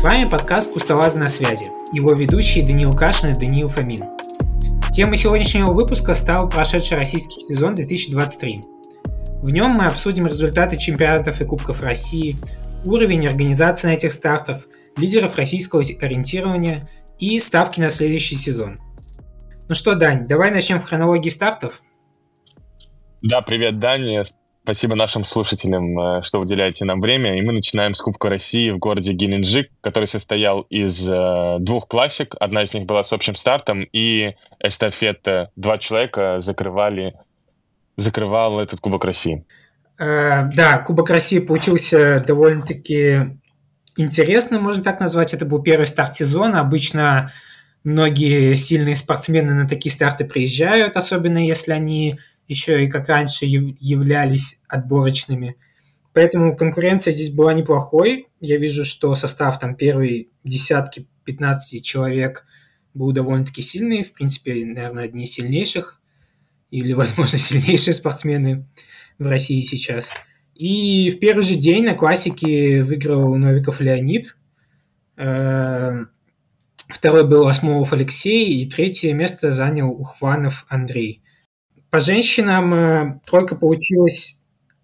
вами подкаст «Кустолазы на связи». Его ведущие Даниил Кашин и Даниил Фомин. Темой сегодняшнего выпуска стал прошедший российский сезон 2023. В нем мы обсудим результаты чемпионатов и Кубков России, уровень организации этих стартов, лидеров российского ориентирования и ставки на следующий сезон. Ну что, Дань, давай начнем в хронологии стартов. Да, привет, Дань. Спасибо нашим слушателям, что уделяете нам время. И мы начинаем с Кубка России в городе Геленджик, который состоял из двух классик. Одна из них была с общим стартом, и эстафета. 2 человека закрывал этот Кубок России. Да, Кубок России получился довольно-таки интересным, можно так назвать. Это был первый старт сезона. Обычно многие сильные спортсмены на такие старты приезжают, особенно если они еще и как раньше являлись отборочными. Поэтому конкуренция здесь была неплохой. Я вижу, что состав там первой десятки 15 человек был довольно-таки сильный. В принципе, наверное, одни из сильнейших или, возможно, сильнейшие спортсмены в России сейчас. И в первый же день на классике выиграл Новиков Леонид. Второй был Осмолов Алексей. И третье место занял Ухванов Андрей. По женщинам тройка получилась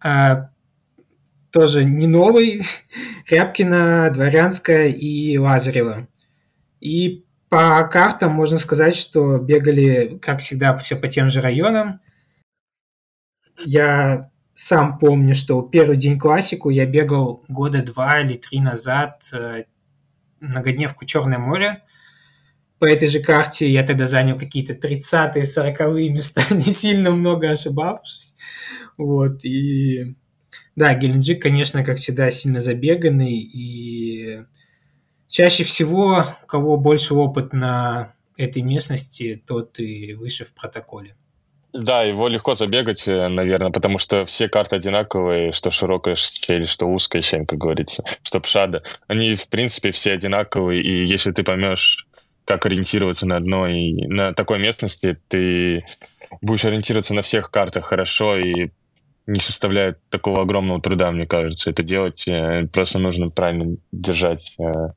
тоже не новой. Рябкина, Дворянская и Лазарева. И по картам можно сказать, что бегали, как всегда, все по тем же районам. Я сам помню, что первый день классику я бегал года 2 или 3 назад многодневку Черное море. По этой же карте я тогда занял какие-то 30-е, 40-е места, не сильно много ошибавшись. Вот, и да, Геленджик, конечно, как всегда, сильно забеганный, и чаще всего, у кого больше опыт на этой местности, тот и выше в протоколе. Да, его легко забегать, наверное, потому что все карты одинаковые, что широкая щель, что узкая щель, как говорится, что пшада. Они, в принципе, все одинаковые, и если ты поймешь, как ориентироваться на такой местности, ты будешь ориентироваться на всех картах хорошо, и не составляет такого огромного труда, мне кажется, это делать. Просто нужно правильно держать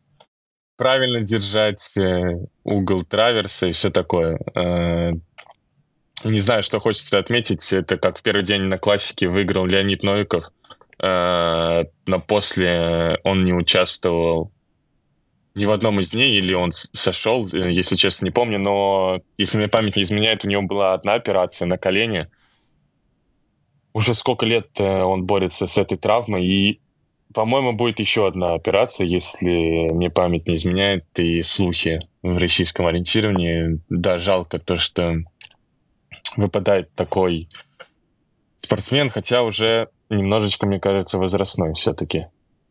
угол траверса и все такое. Не знаю, что хочется отметить, это как в первый день на классике выиграл Леонид Новиков, но после он не участвовал ни в одном из дней, или он сошел, если честно, не помню, но если мне память не изменяет, у него была одна операция на колене. Уже сколько лет он борется с этой травмой, и, по-моему, будет еще одна операция, если мне память не изменяет, и слухи в российском ориентировании. Да, жалко то, что выпадает такой спортсмен, хотя уже немножечко, мне кажется, возрастной все-таки.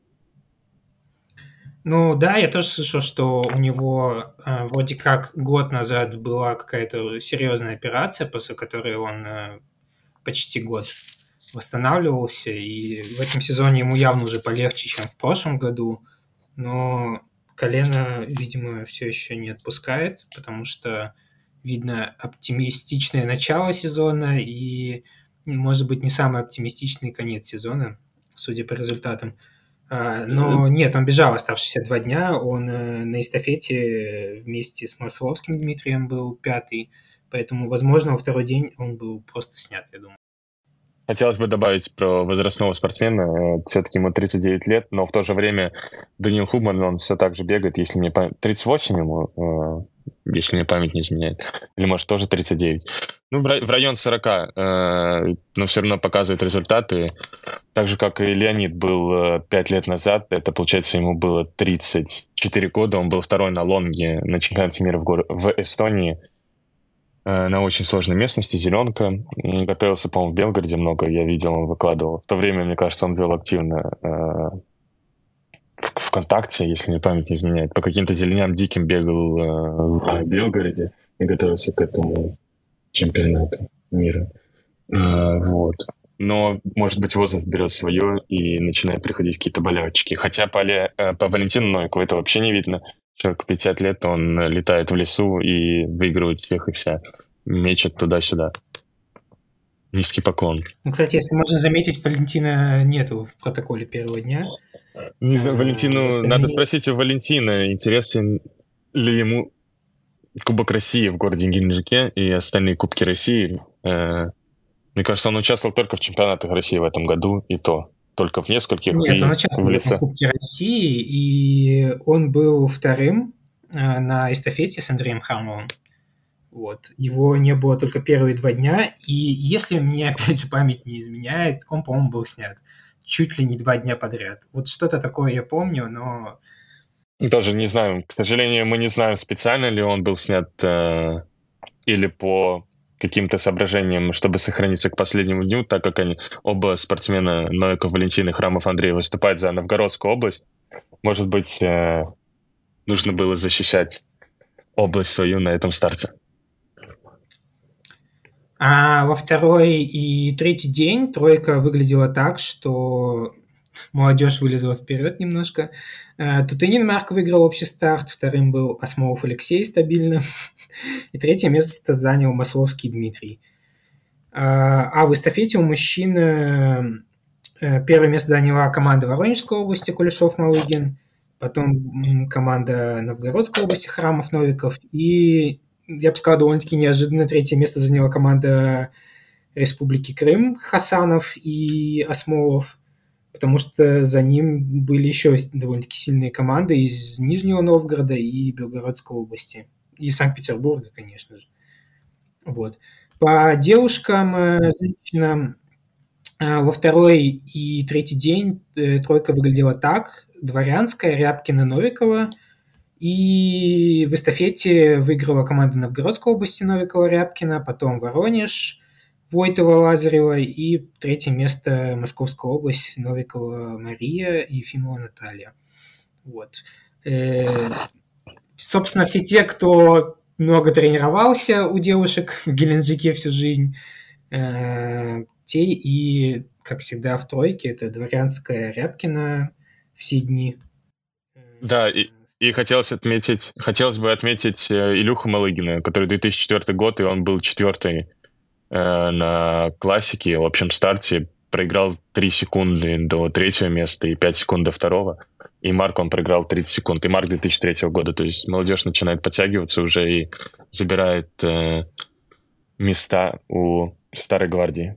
Ну да, я тоже слышал, что у него вроде как год назад была какая-то серьезная операция, после которой он почти год восстанавливался, и в этом сезоне ему явно уже полегче, чем в прошлом году, но колено, видимо, все еще не отпускает, потому что видно оптимистичное начало сезона и, может быть, не самый оптимистичный конец сезона, судя по результатам. Но нет, он бежал оставшиеся 2 дня, он на эстафете вместе с Масловским Дмитрием был 5-й, поэтому, возможно, во второй день он был просто снят, я думаю. Хотелось бы добавить про возрастного спортсмена. Все-таки ему 39 лет, но в то же время Даниил Хубман, он все так же бегает, если мне 38 ему, если мне память не изменяет. Или, может, тоже 39. Ну, в район 40, но все равно показывает результаты. Так же, как и Леонид был 5 лет назад, это, получается, ему было 34 года, он был второй на лонге на чемпионате мира в Эстонии. На очень сложной местности, зеленка. Готовился, по-моему, в Белгороде много, я видел, он выкладывал. В то время, мне кажется, он вел активно ВКонтакте, если мне память не изменяет. По каким-то зеленям диким бегал в Белгороде и готовился к этому чемпионату мира. Вот. Но, может быть, возраст берет свое и начинает приходить какие-то болячки. Хотя по Валентину Новикову это вообще не видно. Человек 50 лет, он летает в лесу и выигрывает всех и вся. Мечет туда-сюда. Низкий поклон. Ну, кстати, если можно заметить, Валентина нету в протоколе первого дня. Не знаю, Валентину, надо спросить у Валентина, интересен ли ему Кубок России в городе Геленджике и остальные Кубки России. Мне кажется, он участвовал только в чемпионатах России в этом году, и то только в нескольких. Нет, он участвовал в Кубке России, и он был вторым на эстафете с Андреем Храмовым. Вот. Его не было только первые 2 дня, и если мне, опять же, память не изменяет, он, по-моему, был снят чуть ли не 2 дня подряд. Вот что-то такое я помню, но... Тоже не знаю. К сожалению, мы не знаем, специально ли он был снят или по каким-то соображениям, чтобы сохраниться к последнему дню, так как они оба спортсмена, Новиков Валентин и Храмов Андрей, выступают за Новгородскую область. Может быть, нужно было защищать область свою на этом старте. А во второй и третий день тройка выглядела так, что молодежь вылезла вперед немножко. Тутынин Марк выиграл общий старт, вторым был Осмолов Алексей стабильно, и третье место занял Масловский Дмитрий. А в эстафете у мужчин первое место заняла команда Воронежской области Кулешов-Малыгин, потом команда Новгородской области Храмов-Новиков, и, я бы сказал, довольно-таки неожиданно третье место заняла команда Республики Крым Хасанов и Осмолов, потому что за ним были еще довольно-таки сильные команды из Нижнего Новгорода и Белгородской области, и Санкт-Петербурга, конечно же. Вот. По девушкам, женщинам, во второй и третий день тройка выглядела так. Дворянская, Рябкина, Новикова. И в эстафете выиграла команда Новгородской области Новикова, Рябкина, потом Воронеж, Войтова, Лазарева, и третье место Московская область, Новикова Мария и Ефимова Наталья. Вот. Собственно, все те, кто много тренировался у девушек в Геленджике всю жизнь, те и, как всегда, в тройке. Это Дворянская, Рябкина все дни. Да, и хотелось бы отметить Илюху Малыгина, который 2004 год, и он был 4-й на классике в общем старте, проиграл 3 секунды до 3-го места и 5 секунд до 2-го. И Марк он проиграл 30 секунд. И Марк 2003 года. То есть молодежь начинает подтягиваться уже и забирает места у Старой Гвардии.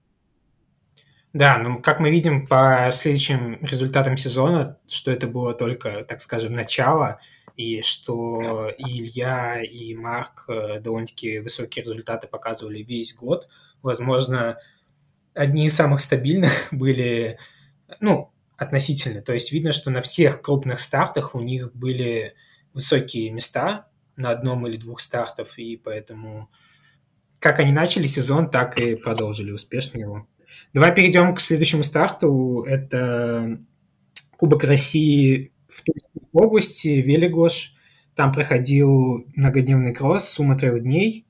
Да, ну, как мы видим по следующим результатам сезона, что это было только, так скажем, начало, и что и Илья, и Марк довольно-таки высокие результаты показывали весь год. Возможно, одни из самых стабильных были, ну, относительно. То есть видно, что на всех крупных стартах у них были высокие места на одном или двух стартов, и поэтому как они начали сезон, так и продолжили успешно его. Давай перейдем к следующему старту. Это Кубок России в Тульской области, Велигош. Там проходил многодневный кросс, сумма 3 дней.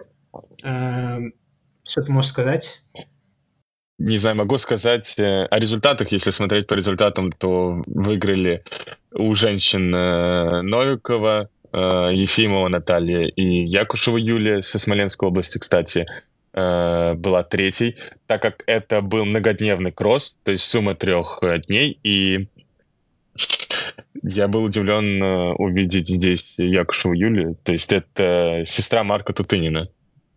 Что ты можешь сказать? Не знаю, могу сказать о результатах. Если смотреть по результатам, то выиграли у женщин Новикова, Ефимова Наталья и Якушева Юлия со Смоленской области, кстати, была 3-й, так как это был многодневный кросс, то есть сумма 3 дней, и я был удивлен увидеть здесь Якушеву Юлию, то есть это сестра Марка Тутынина.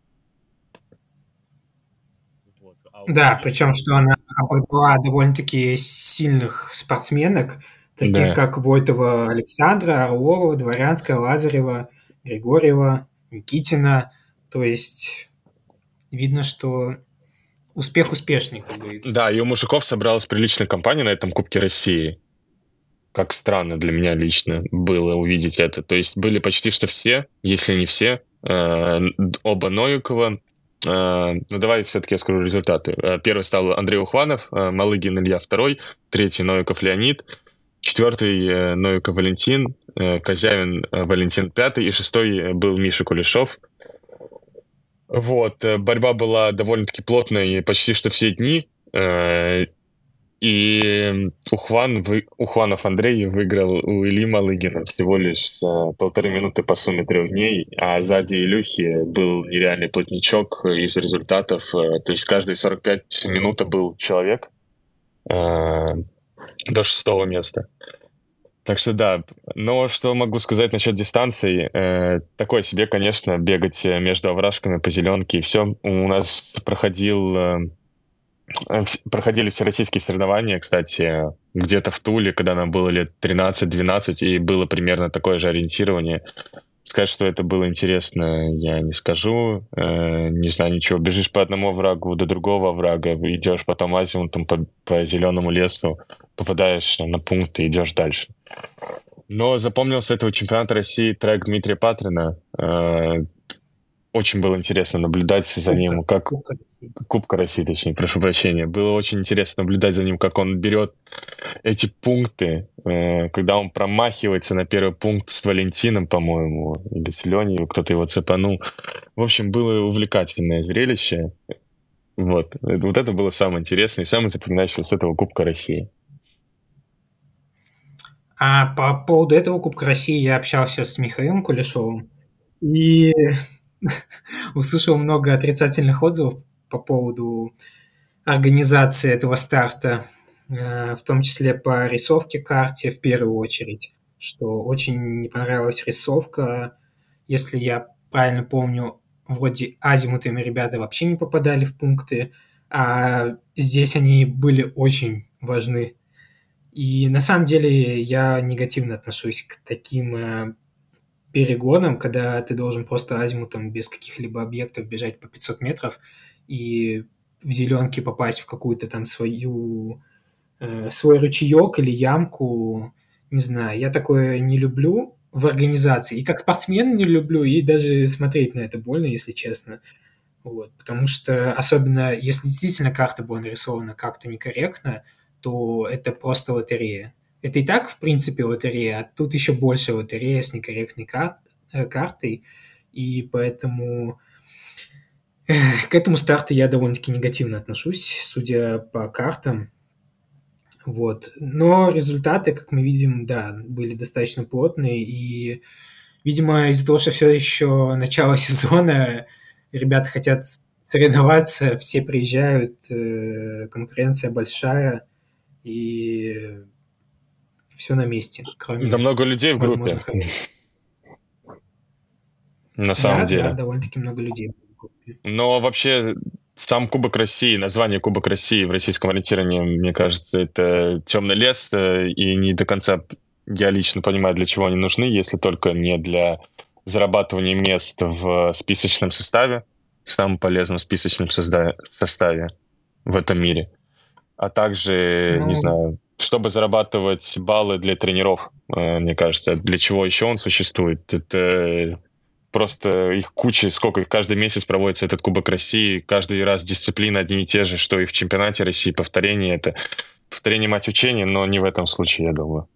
Да, причем, что она обогнала довольно-таки сильных спортсменок, таких как Войтова Александра, Орлова, Дворянская, Лазарева, Григорьева, Никитина. То есть видно, что успех успешный, как говорится. Да, и у мужиков собралась приличная компания на этом Кубке России. Как странно для меня лично было увидеть это. То есть были почти что все, если не все, оба Новикова. Ну, давай все-таки я скажу результаты. Первый стал Андрей Ухванов, Малыгин Илья 2-й, 3-й Новиков Леонид, 4-й Новиков Валентин, Козявин Валентин 5-й, и 6-й был Миша Кулешов. Вот, борьба была довольно-таки плотная и почти что все дни. И Ухванов Андрей выиграл у Ильи Малыгина всего лишь 1,5 минуты по сумме 3 дней, а сзади Илюхи был нереальный плотничок из результатов. То есть каждые 45 минут был человек до 6 места. Так что да, но что могу сказать насчет дистанций? Такое себе, конечно, бегать между овражками по зеленке и все. У нас проходили всероссийские соревнования, кстати, где-то в Туле, когда нам было лет 13-12, и было примерно такое же ориентирование. Сказать, что это было интересно, я не скажу. Не знаю ничего. Бежишь по одному оврагу до другого оврага, идешь потом азимутом по зеленому лесу, попадаешь на пункт и идешь дальше. Но запомнился этого чемпионата России трек Дмитрия Патрина. Очень было интересно наблюдать за ним, как... Кубка России, точнее, прошу прощения. Было очень интересно наблюдать за ним, как он берет эти пункты, когда он промахивается на первый пункт с Валентином, по-моему, или с Леней, кто-то его цепанул. В общем, было увлекательное зрелище. Вот это было самое интересное и самое запоминающее с этого Кубка России. А по поводу этого Кубка России я общался с Михаилом Кулешовым и услышал много отрицательных отзывов по поводу организации этого старта, в том числе по рисовке карте в первую очередь, что очень не понравилась рисовка. Если я правильно помню, вроде азимутами ребята вообще не попадали в пункты, а здесь они были очень важны. И на самом деле я негативно отношусь к таким перегонам, когда ты должен просто азимутом без каких-либо объектов бежать по 500 метров и в зеленке попасть в какую-то там свой ручеек или ямку. Не знаю, я такое не люблю в организации. И как спортсмен не люблю, и даже смотреть на это больно, если честно. Вот, потому что, особенно если действительно карта была нарисована как-то некорректно, то это просто лотерея. Это и так, в принципе, лотерея, а тут еще больше лотерея с некорректной картой, и поэтому к этому старту я довольно-таки негативно отношусь, судя по картам. Вот. Но результаты, как мы видим, да, были достаточно плотные, и, видимо, из-за того, что все еще начало сезона, ребята хотят соревноваться, все приезжают, конкуренция большая, и все на месте, кроме Да много людей в группе, возможных... на самом деле. Да, довольно-таки много людей в группе. Но вообще сам Кубок России, название Кубок России в российском ориентировании, мне кажется, это темный лес, и не до конца я лично понимаю, для чего они нужны, если только не для зарабатывания мест в списочном составе, в самом полезном списочном составе в этом мире, а также, не знаю, чтобы зарабатывать баллы для тренеров, мне кажется. Для чего еще он существует? Это просто их куча, сколько их каждый месяц проводится этот Кубок России, каждый раз дисциплины одни и те же, что и в чемпионате России, повторение это. Повторение мать учения, но не в этом случае, я думаю.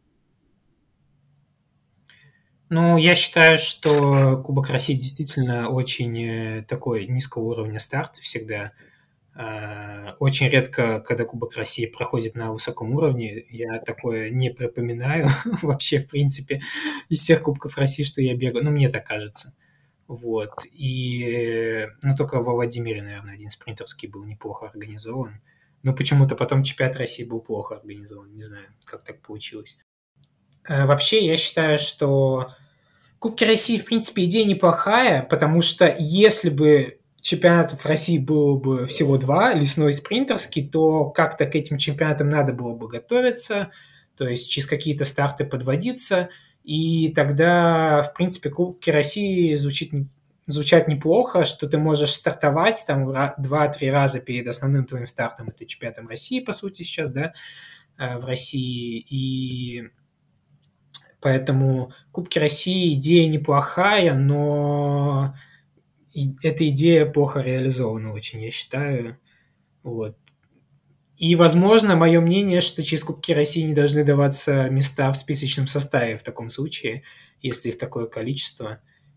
Ну, я считаю, что Кубок России действительно очень такой низкого уровня старт всегда. Очень редко, когда Кубок России проходит на высоком уровне, я такое не припоминаю вообще, в принципе, из всех Кубков России, что я бегаю. Ну, мне так кажется. Вот. Ну, только во Владимире, наверное, один спринтерский был неплохо организован. Но почему-то потом чемпионат России был плохо организован. Не знаю, как так получилось. Вообще, я считаю, что Кубки России, в принципе, идея неплохая, потому что если бы чемпионатов России было бы всего 2, лесной и спринтерский, то как-то к этим чемпионатам надо было бы готовиться, то есть через какие-то старты подводиться, и тогда, в принципе, Кубки России звучат неплохо, что ты можешь стартовать там 2-3 раза перед основным твоим стартом, это чемпионатом России, по сути, сейчас, да, в России, и поэтому Кубки России идея неплохая, но эта идея плохо реализована очень, я считаю. Вот. И, возможно, мое мнение, что через Кубки России не должны даваться места в списочном составе в таком случае, если их такое количество.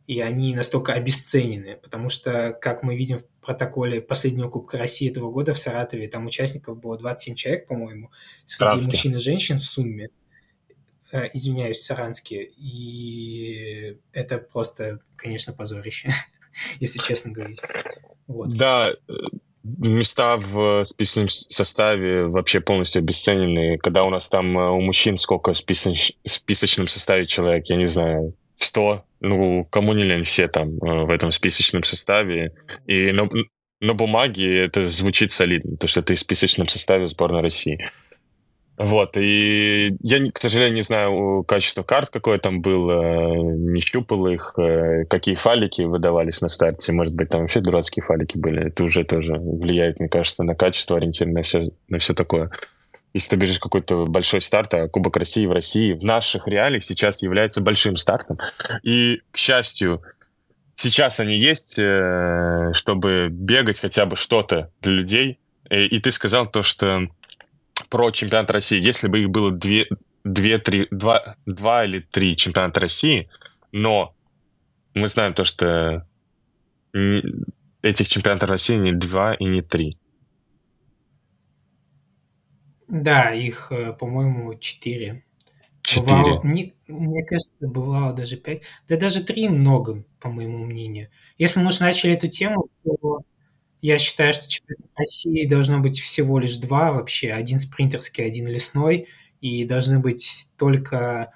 и они настолько обесценены, потому что, как мы видим в протоколе последнего Кубка России этого года в Саратове, там участников было 27 человек, по-моему, среди Саранский. мужчин и женщин в сумме. Извиняюсь, Саранске. И это просто, конечно, позорище, если честно говорить. Вот. Да, места в списочном составе вообще полностью обесценены. Когда у нас там у мужчин сколько в списочном составе человек, я не знаю, 100. Ну, кому не лень, все там в этом списочном составе. И на бумаге это звучит солидно, то, что ты в списочном составе сборной России. Вот, и я, к сожалению, не знаю качество карт, какое там было, не щупал их, какие фалики выдавались на старте. Может быть, там вообще дурацкие фалики были. Это уже тоже влияет, мне кажется, на качество, ориентир на все такое. Если ты бежишь какой-то большой старт, а Кубок России в России в наших реалиях сейчас является большим стартом. И, к счастью, сейчас они есть, чтобы бегать хотя бы что-то для людей. И ты сказал то, что про чемпионат России. Если бы их было два или три чемпионата России, но мы знаем то, что этих чемпионатов России не 2 и не 3. Да, их, по-моему, 4. 4. Бывало, мне кажется, бывало даже 5. Да даже 3 много, по моему мнению. Если мы уж начали эту тему, то я считаю, что чемпионат России должно быть всего лишь 2 вообще. Один спринтерский, один лесной. И должны быть только,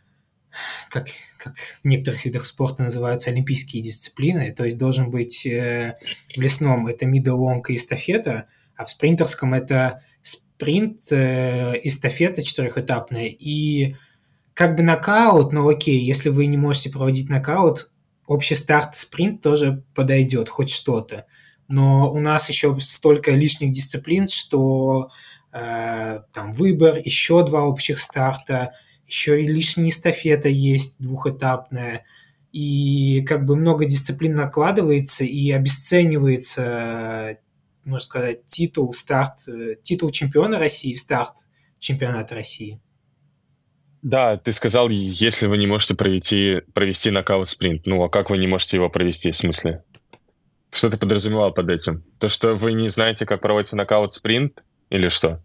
как в некоторых видах спорта называются, олимпийские дисциплины. То есть должен быть в лесном это middle long и эстафета, а в спринтерском это спринт, эстафета четырехэтапная и как бы нокаут, но окей, если вы не можете проводить нокаут, общий старт, спринт тоже подойдет, хоть что-то. Но у нас еще столько лишних дисциплин, что там выбор, еще 2 общих старта, еще и лишняя эстафета есть двухэтапная. И как бы много дисциплин накладывается и обесценивается, можно сказать, титул чемпиона России, старт чемпионата России. Да, ты сказал, если вы не можете провести нокаут-спринт. Ну, а как вы не можете его провести, в смысле? Что ты подразумевал под этим? То, что вы не знаете, как проводится нокаут-спринт? Или что?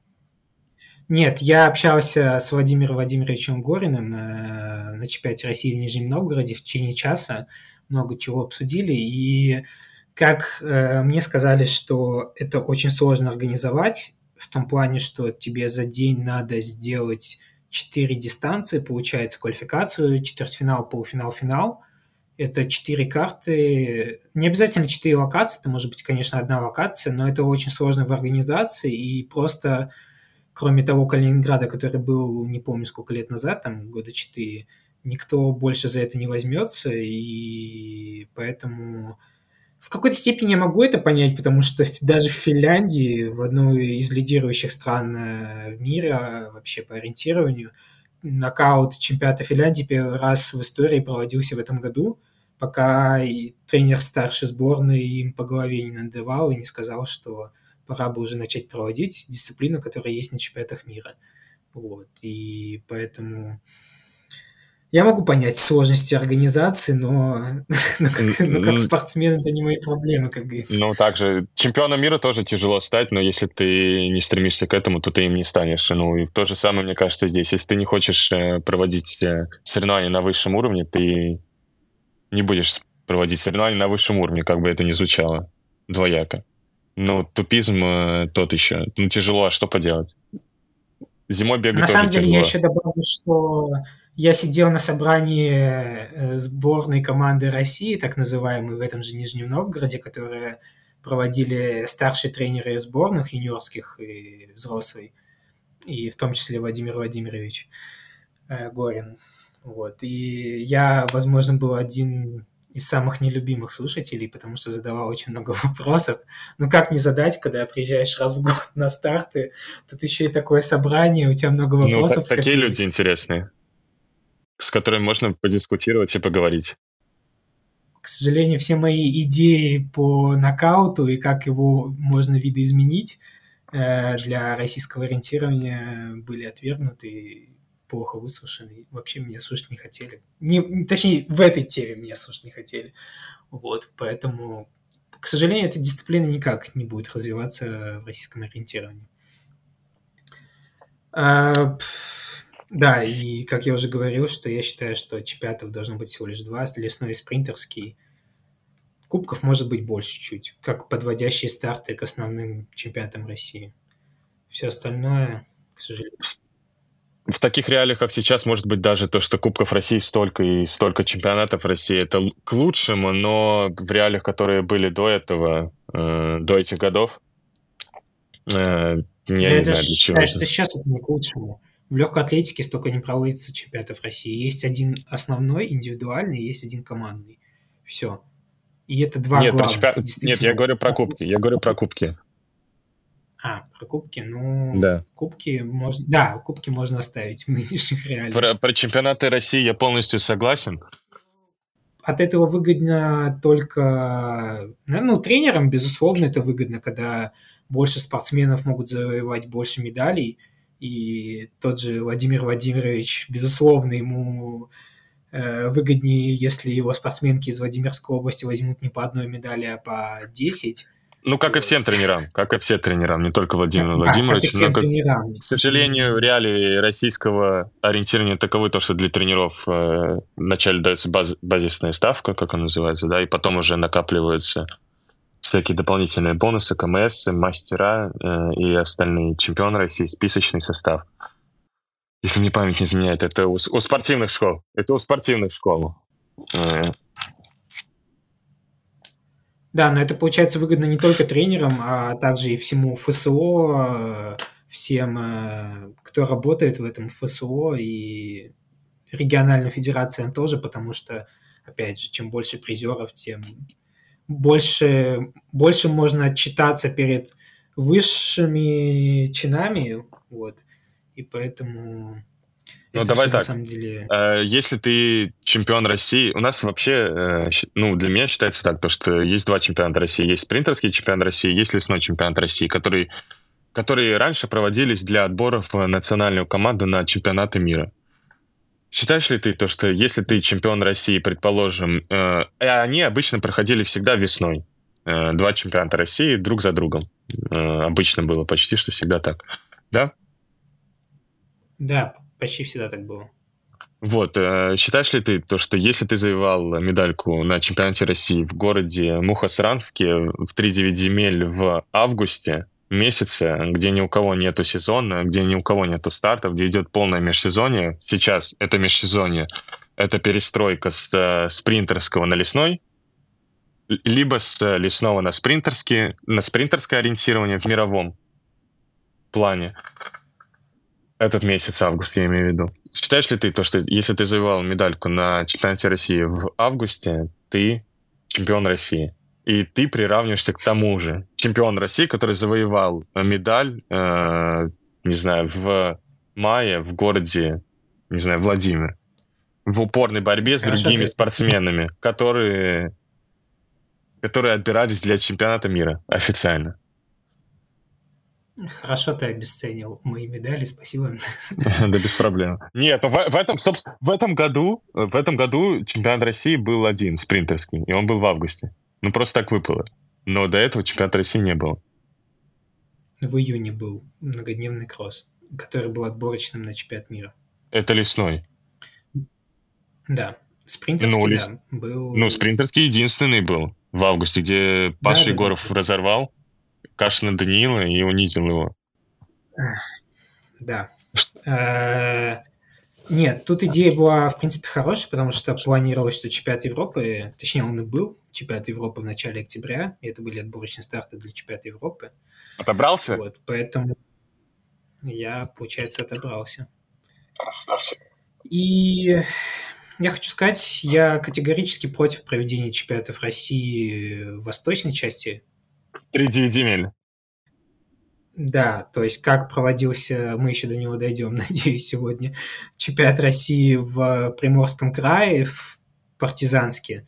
Нет, я общался с Владимиром Владимировичем Гориным на чемпионате России в Нижнем Новгороде в течение часа. Много чего обсудили. И как мне сказали, что это очень сложно организовать, в том плане, что тебе за день надо сделать 4 дистанции, получается, квалификацию, четвертьфинал, полуфинал, финал. Это 4 карты, не обязательно 4 локации, это может быть, конечно, одна локация, но это очень сложно в организации, и просто, кроме того Калининграда, который был, не помню, сколько лет назад, там, года 4, никто больше за это не возьмется, и поэтому в какой-то степени я могу это понять, потому что даже в Финляндии, в одной из лидирующих стран в мире вообще по ориентированию, нокаут чемпионата Финляндии первый раз в истории проводился в этом году, пока и тренер старшей сборной им по голове не надавал и не сказал, что пора бы уже начать проводить дисциплину, которая есть на чемпионатах мира. Вот. И поэтому я могу понять сложности организации, но как спортсмен это не мои проблемы, как говорится. Ну, также чемпионом мира тоже тяжело стать, но если ты не стремишься к этому, то ты им не станешь. Ну, и то же самое, мне кажется, здесь. Если ты не хочешь проводить соревнования на высшем уровне, ты не будешь проводить соревнования на высшем уровне, как бы это ни звучало. Двояко. Ну, тупизм тот еще. Ну, тяжело, а что поделать? Зимой бегать На тоже самом деле, тяжело. я еще добавлю, что я сидел на собрании сборной команды России, так называемой, в этом же Нижнем Новгороде, которые проводили старшие тренеры сборных, юниорских и взрослый, и в том числе Владимир Владимирович Горин. Вот. И я, возможно, был один из самых нелюбимых слушателей, потому что задавал очень много вопросов. Ну как не задать, когда приезжаешь раз в год на старты, тут еще и такое собрание, у тебя много вопросов. Ну, такие люди интересные, с которыми можно подискутировать и поговорить. К сожалению, все мои идеи по нокауту и как его можно видоизменить для российского ориентирования были отвергнуты. плохо выслушанный. Вообще меня слушать не хотели. Точнее, в этой теме меня слушать не хотели. Вот, поэтому, к сожалению, эта дисциплина никак не будет развиваться в российском ориентировании. Да, и как я уже говорил, что я считаю, что чемпионатов должно быть всего лишь 2, лесной и спринтерский. Кубков может быть больше чуть, как подводящие старты к основным чемпионатам России. Все остальное, к сожалению. В таких реалиях, как сейчас, может быть даже то, что Кубков России столько и столько чемпионатов России, это к лучшему, но в реалиях, которые были до этого, до этих годов, я не знаю, для чего. Я считаю, что сейчас это не к лучшему. В легкой атлетике столько не проводится чемпионатов России. Есть один основной, индивидуальный, есть один командный. Все. И это два главных. Нет, я говорю про кубки. Я говорю про кубки. Про кубки? Ну, да. Кубки можно оставить в нынешних реалиях. Про чемпионаты России я полностью согласен. От этого выгодно только... тренерам, безусловно, это выгодно, когда больше спортсменов могут завоевать больше медалей. И тот же Владимир Владимирович, безусловно, ему выгоднее, если его спортсменки из Владимирской области возьмут не по одной медали, а по 10. Ну, как и всем тренерам, не только Владимир Владимирович. Но, к сожалению, реалии российского ориентирования таковы, то, что для тренеров вначале дается базисная ставка, как она называется, да, и потом уже накапливаются всякие дополнительные бонусы, КМС, мастера и остальные, чемпион России, списочный состав. Если мне память не изменяет, это у спортивных школ. Это у спортивных школ. Да, но это получается выгодно не только тренерам, а также и всему ФСО, всем, кто работает в этом ФСО, и региональным федерациям тоже, потому что, опять же, чем больше призеров, тем больше можно отчитаться перед высшими чинами, вот, и поэтому... Ну, давай так. На самом деле... Если ты чемпион России... У нас вообще, для меня считается так, что есть два чемпионата России. Есть спринтерский чемпионат России, есть лесной чемпионат России, которые раньше проводились для отборов в национальную команду на чемпионаты мира. Считаешь ли ты то, что если ты чемпион России, предположим, они обычно проходили всегда весной. Два чемпионата России друг за другом. Обычно было почти что всегда так. Да? Да, почти всегда так было. Вот, считаешь ли ты то, что если ты завоевал медальку на чемпионате России в городе Мухосранске в 3-9 земель в августе месяце, где ни у кого нету сезона, где ни у кого нету стартов, где идет полное межсезонье, сейчас это межсезонье, это перестройка с спринтерского на лесной, либо с лесного на спринтерское ориентирование в мировом плане. Этот месяц, август, я имею в виду. Считаешь ли ты то, что если ты завоевал медальку на чемпионате России в августе, ты чемпион России? И ты приравниваешься к тому же. Чемпион России, который завоевал медаль, в мае в городе, Владимир. В упорной борьбе с другими спортсменами, которые отбирались для чемпионата мира официально. Хорошо ты обесценил мои медали, спасибо. Да без проблем. Нет, в этом году чемпионат России был один, спринтерский, и он был в августе. Просто так выпало. Но до этого чемпионата России не было. В июне был многодневный кросс, который был отборочным на чемпионат мира. Это лесной? Да. Спринтерский, был... спринтерский единственный был в августе, где Паша Егоров разорвал Кашина Даниила и унизил его. Да. Нет, тут идея была, в принципе, хорошая, потому что планировалось, что чемпионат Европы, точнее, он и был, чемпионат Европы в начале октября, и это были отборочные старты для чемпионата Европы. Отобрался? Вот, поэтому я, получается, отобрался. Красавчик. И я хочу сказать, я категорически против проведения чемпионатов России в восточной части. 3-9 земель. Да, то есть как проводился, мы еще до него дойдем, надеюсь, сегодня, чемпионат России в Приморском крае, в Партизанске.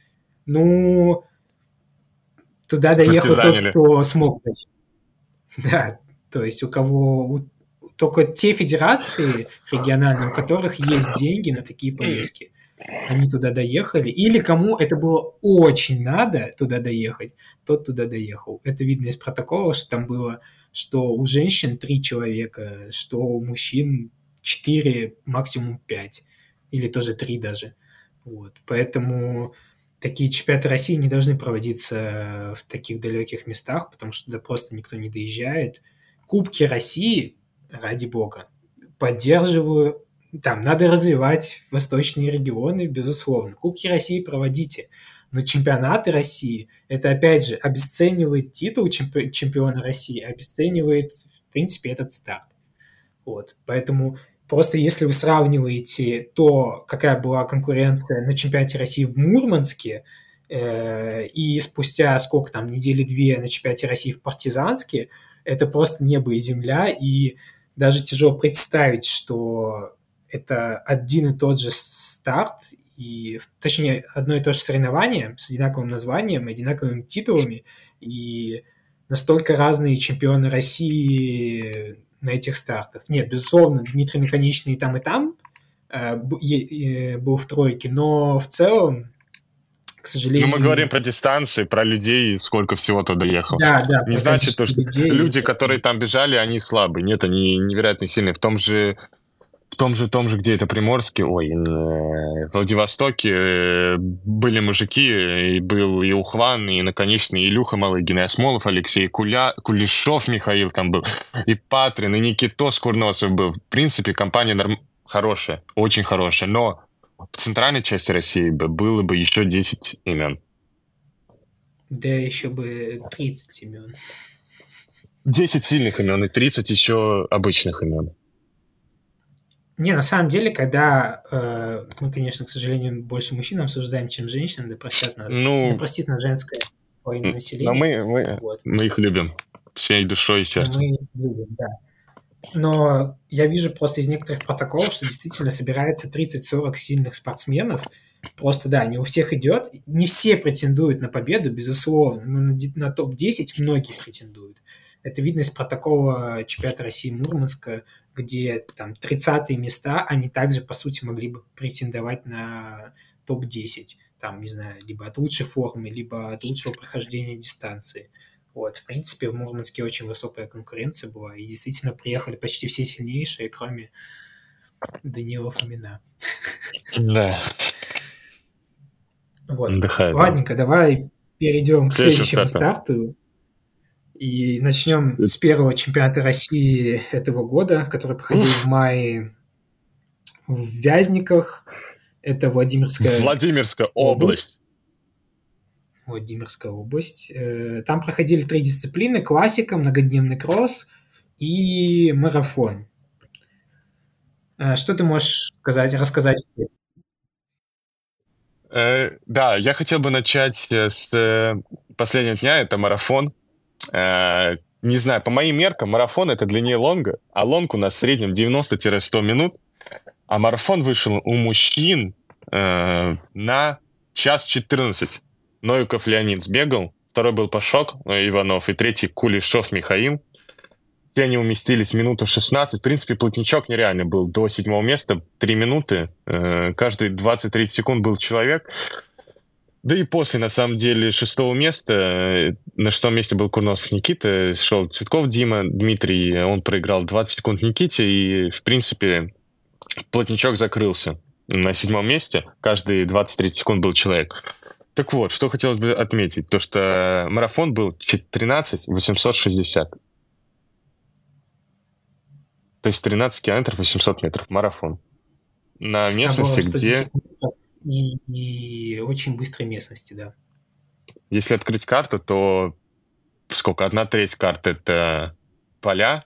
Туда доехал тот, кто смог. Да, то есть у только те федерации региональные, у которых есть деньги на такие поездки, они туда доехали. Или кому это было очень надо туда доехать, тот туда доехал. Это видно из протокола, что там было, что у женщин 3 человека, что у мужчин 4, максимум 5. Или тоже 3 даже. Вот. Поэтому такие чемпионаты России не должны проводиться в таких далеких местах, потому что туда просто никто не доезжает. Кубки России, ради бога, поддерживаю. Там надо развивать восточные регионы, безусловно. Кубки России проводите. Но чемпионаты России, это, опять же, обесценивает титул чемпиона России, обесценивает, в принципе, этот старт. Вот. Поэтому просто если вы сравниваете то, какая была конкуренция на чемпионате России в Мурманске, и спустя сколько там, недели 2 на чемпионате России в Партизанске, это просто небо и земля, и даже тяжело представить, что это один и тот же старт, и, точнее, одно и то же соревнование с одинаковым названием, одинаковыми титулами, и настолько разные чемпионы России на этих стартах. Нет, безусловно, Дмитрий Наконечный и там был в тройке, но в целом, к сожалению... Ну, мы говорим про дистанции, про людей, сколько всего туда ехало. Да, не значит, что люди, которые там бежали, они слабые. Нет, они невероятно сильные. В том же, где это Приморске, в Владивостоке были мужики, и был и Ухван, и Наконечный, и Илюха Малыгин, и Осмолов Алексей, и Кулешов Михаил там был, и Патрин, и Никитос Курносов был. В принципе, компания хорошая, очень хорошая, но в центральной части России было бы еще 10 имен. Да, еще бы 30 имен. 10 сильных имен и 30 еще обычных имен. Не, на самом деле, когда мы, конечно, к сожалению, больше мужчин обсуждаем, чем женщин, да простит нас женское половина населения. Но мы их любим всей душой и сердцем. Мы их любим, да. Но я вижу просто из некоторых протоколов, что действительно собирается 30-40 сильных спортсменов. Просто, да, не у всех идет. Не все претендуют на победу, безусловно, но на топ-10 многие претендуют. Это видно из протокола чемпионата России Мурманска, где там 30-е места, они также, по сути, могли бы претендовать на топ-10. Там, не знаю, либо от лучшей формы, либо от лучшего прохождения дистанции. Вот, в принципе, в Мурманске очень высокая конкуренция была, и действительно приехали почти все сильнейшие, кроме Данила Фомина. Да. Вот. Ладненько, давай перейдем к следующему старту. И начнем с первого чемпионата России этого года, который проходил в мае в Вязниках. Это Владимирская область. Владимирская область. Там проходили 3 дисциплины: классика, многодневный кросс и марафон. Что ты можешь рассказать? Да, я хотел бы начать с последнего дня, это марафон. Не знаю, по моим меркам, марафон — это длиннее лонга, а лонг у нас в среднем 90-100 минут, а марафон вышел у мужчин на 1:14. Новиков Леонид сбегал, второй был Пашок Иванов, и третий Кулешов Михаил. Все они уместились в минуту 16. В принципе, плотничок нереально был до 7-го места, 3 минуты. Каждые 20-30 секунд был человек. Да и после, на самом деле, 6-го места, на 6-м месте был Курносов Никита, шел Цветков Дима, Дмитрий, он проиграл 20 секунд Никите, и, в принципе, плотничок закрылся. На 7-м месте каждые 20-30 секунд был человек. Так вот, что хотелось бы отметить, то что марафон был 13 860. То есть 13 километров 800 метров. Марафон. На местности, где... И очень быстрой местности, да. Если открыть карту, то сколько? 1/3 карты — это поля,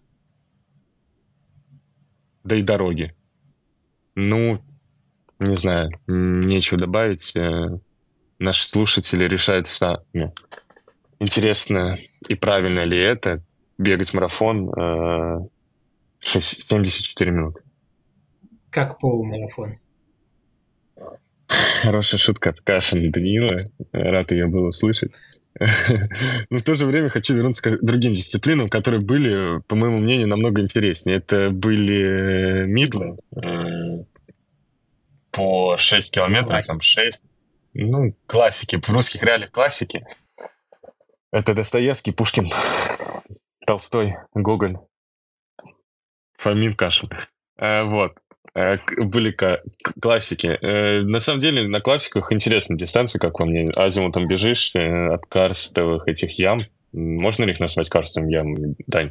да и дороги. Ну, не знаю, нечего добавить. Наши слушатели решают сами. Интересно и правильно ли это бегать марафон 74 минуты. Как полумарафон. Хорошая шутка от Кашина Данила. Рад ее было услышать. Но в то же время хочу вернуться к другим дисциплинам, которые были, по моему мнению, намного интереснее. Это были мидлы по 6 километров, там 6. Ну, классики, в русских реалиях классики. Это Достоевский, Пушкин, Толстой, Гоголь, Фомин, Кашин. Вот. Были классики. На самом деле, на классиках интересная дистанция, как во мне. Азимутом бежишь от карстовых этих ям. Можно ли их назвать карстовыми ямами, Дань?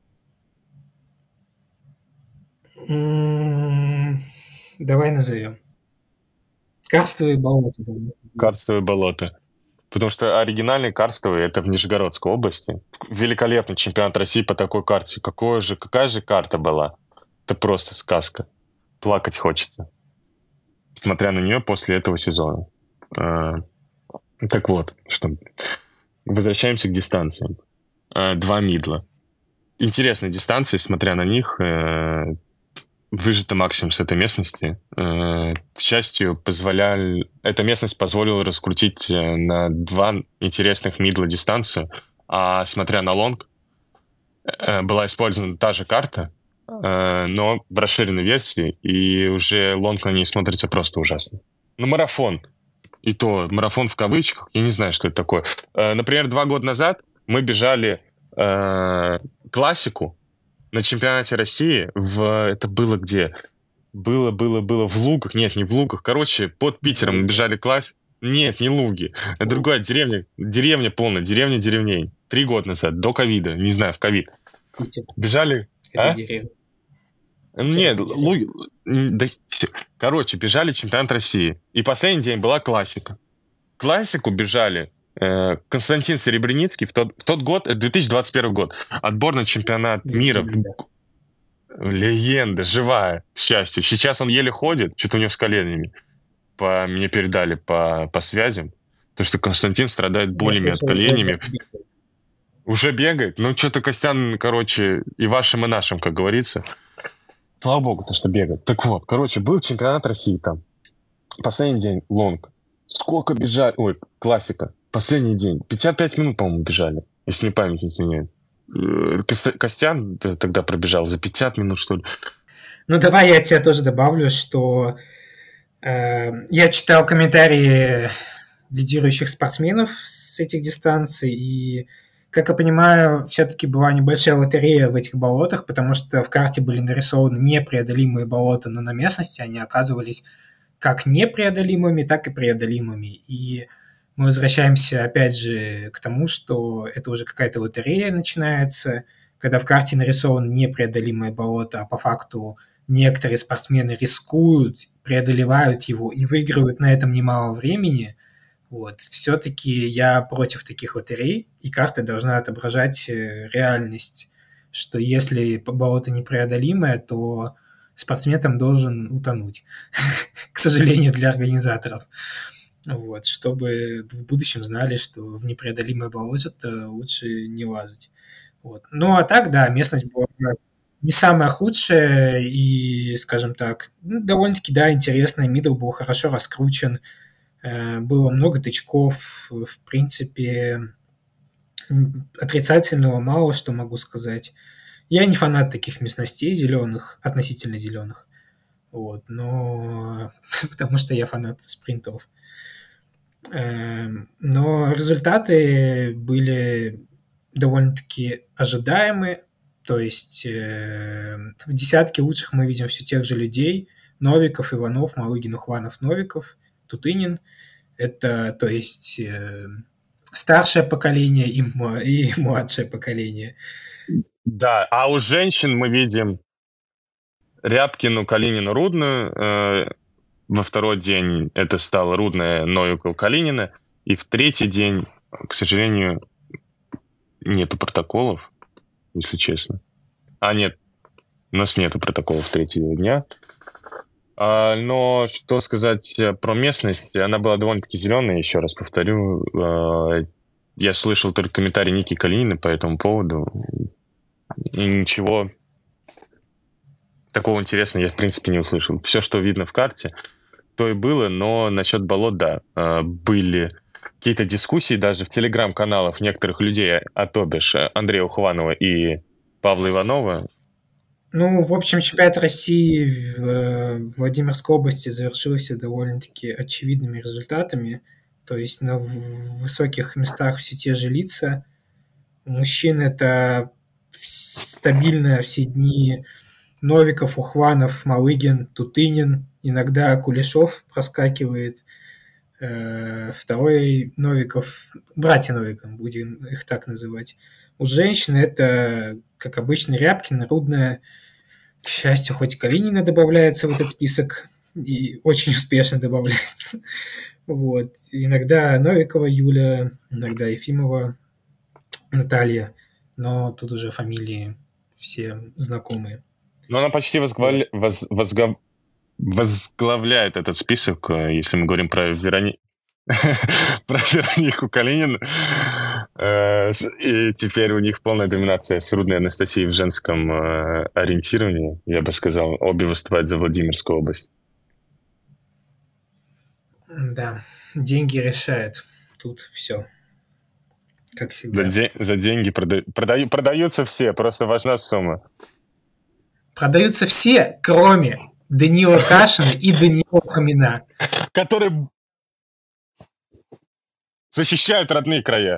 Давай назовем. Карстовые болота. Карстовые болота. Потому что оригинальные карстовые — это в Нижегородской области. Великолепный чемпионат России по такой карте. Какая же карта была? Это просто сказка. Плакать хочется, смотря на нее после этого сезона. Так вот, что возвращаемся к дистанциям. 2 мидла. Интересные дистанции, смотря на них, выжато максимум с этой местности. К счастью, эта местность позволила раскрутить на 2 интересных мидла дистанцию, а смотря на лонг, была использована та же карта, но в расширенной версии, и уже лонг на ней смотрится просто ужасно. Ну, марафон. И то, марафон в кавычках, я не знаю, что это такое. Например, 2 года назад мы бежали классику на чемпионате России это было где? Было в Лугах. Нет, не в Лугах. Короче, под Питером мы бежали классику. Нет, не Луги. Это другая деревня. Деревня полная. Деревня деревней. 3 года назад, до ковида. Не знаю, в ковид. Бежали... Это деревня. Нет, Луги... Да, все. Короче, бежали чемпионат России. И последний день была классика. Классику бежали Константин Серебряницкий в тот год, 2021 год. Отбор на чемпионат мира. Легенда, живая, к счастью. Сейчас он еле ходит, что-то у него с коленями. Мне передали по связям, то, что Константин страдает болями от коленями. Уже бегает? Ну, что-то Костян, короче, и вашим, и нашим, как говорится. Слава богу, то, что бегает. Так вот, короче, был чемпионат России там. Последний день, лонг. Сколько бежали? Ой, классика. Последний день. 55 минут, по-моему, бежали, если мне память не изменяет. Костян тогда пробежал за 50 минут, что ли. Ну, давай я тебе тоже добавлю, что я читал комментарии лидирующих спортсменов с этих дистанций, и, как я понимаю, все-таки была небольшая лотерея в этих болотах, потому что в карте были нарисованы непреодолимые болота, но на местности они оказывались как непреодолимыми, так и преодолимыми. И мы возвращаемся опять же к тому, что это уже какая-то лотерея начинается, когда в карте нарисовано непреодолимое болото, а по факту некоторые спортсмены рискуют, преодолевают его и выигрывают на этом немало времени. Вот. Все-таки я против таких лотерей, и карта должна отображать реальность, что если болото непреодолимое, то спортсмен там должен утонуть, к сожалению, для организаторов. Вот, чтобы в будущем знали, что в непреодолимое болото лучше не лазать. Вот. Ну, а так, да, местность была не самая худшая и, скажем так, довольно-таки, да, интересная. Мидл был хорошо раскручен, было много тычков, в принципе, отрицательного мало что могу сказать. Я не фанат таких местностей зеленых, относительно зеленых, вот, но потому что я фанат спринтов. Но результаты были довольно-таки ожидаемы, то есть в десятке лучших мы видим все тех же людей: Новиков, Иванов, Малыгин, Ухванов, Новиков, Тутынин. Это, то есть, старшее поколение и младшее поколение. Да, а у женщин мы видим Рябкину, Калинину, Рудную. Во второй день это стало Рудная, Новиков, Калинина. И в третий день, к сожалению, нету протоколов, если честно. Нет, у нас нету протоколов третьего дня. Но что сказать про местность? Она была довольно-таки зеленая, еще раз повторю. Я слышал только комментарий Ники Калинины по этому поводу. И ничего такого интересного я, в принципе, не услышал. Все, что видно в карте, то и было, но насчет болот, да, были какие-то дискуссии даже в телеграм-каналах некоторых людей, то бишь Андрея Ухванова и Павла Иванова. Ну, в общем, чемпионат России в Владимирской области завершился довольно-таки очевидными результатами. То есть на высоких местах все те же лица. У мужчин это стабильно все дни Новиков, Ухванов, Малыгин, Тутынин. Иногда Кулешов проскакивает. Второй Новиков, братья Новиков, будем их так называть. У женщин это, как обычно, Рябкина, Рудная. К счастью, хоть Калинина добавляется в этот список, и очень успешно добавляется. Вот. Иногда Новикова Юля, иногда Ефимова Наталья, но тут уже фамилии все знакомые. Но она почти возглавляет этот список, если мы говорим про про Веронику Калинину. И теперь у них полная доминация с Рудной Анастасией в женском ориентировании, я бы сказал. Обе выступают за Владимирскую область. Да, деньги решают. Тут все. Как всегда. За деньги продаются все, просто важна сумма. Продаются все, кроме Данила Кашина и Данила Фомина. Которые защищают родные края.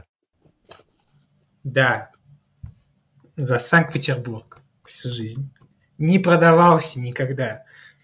Да. За Санкт-Петербург всю жизнь. Не продавался никогда.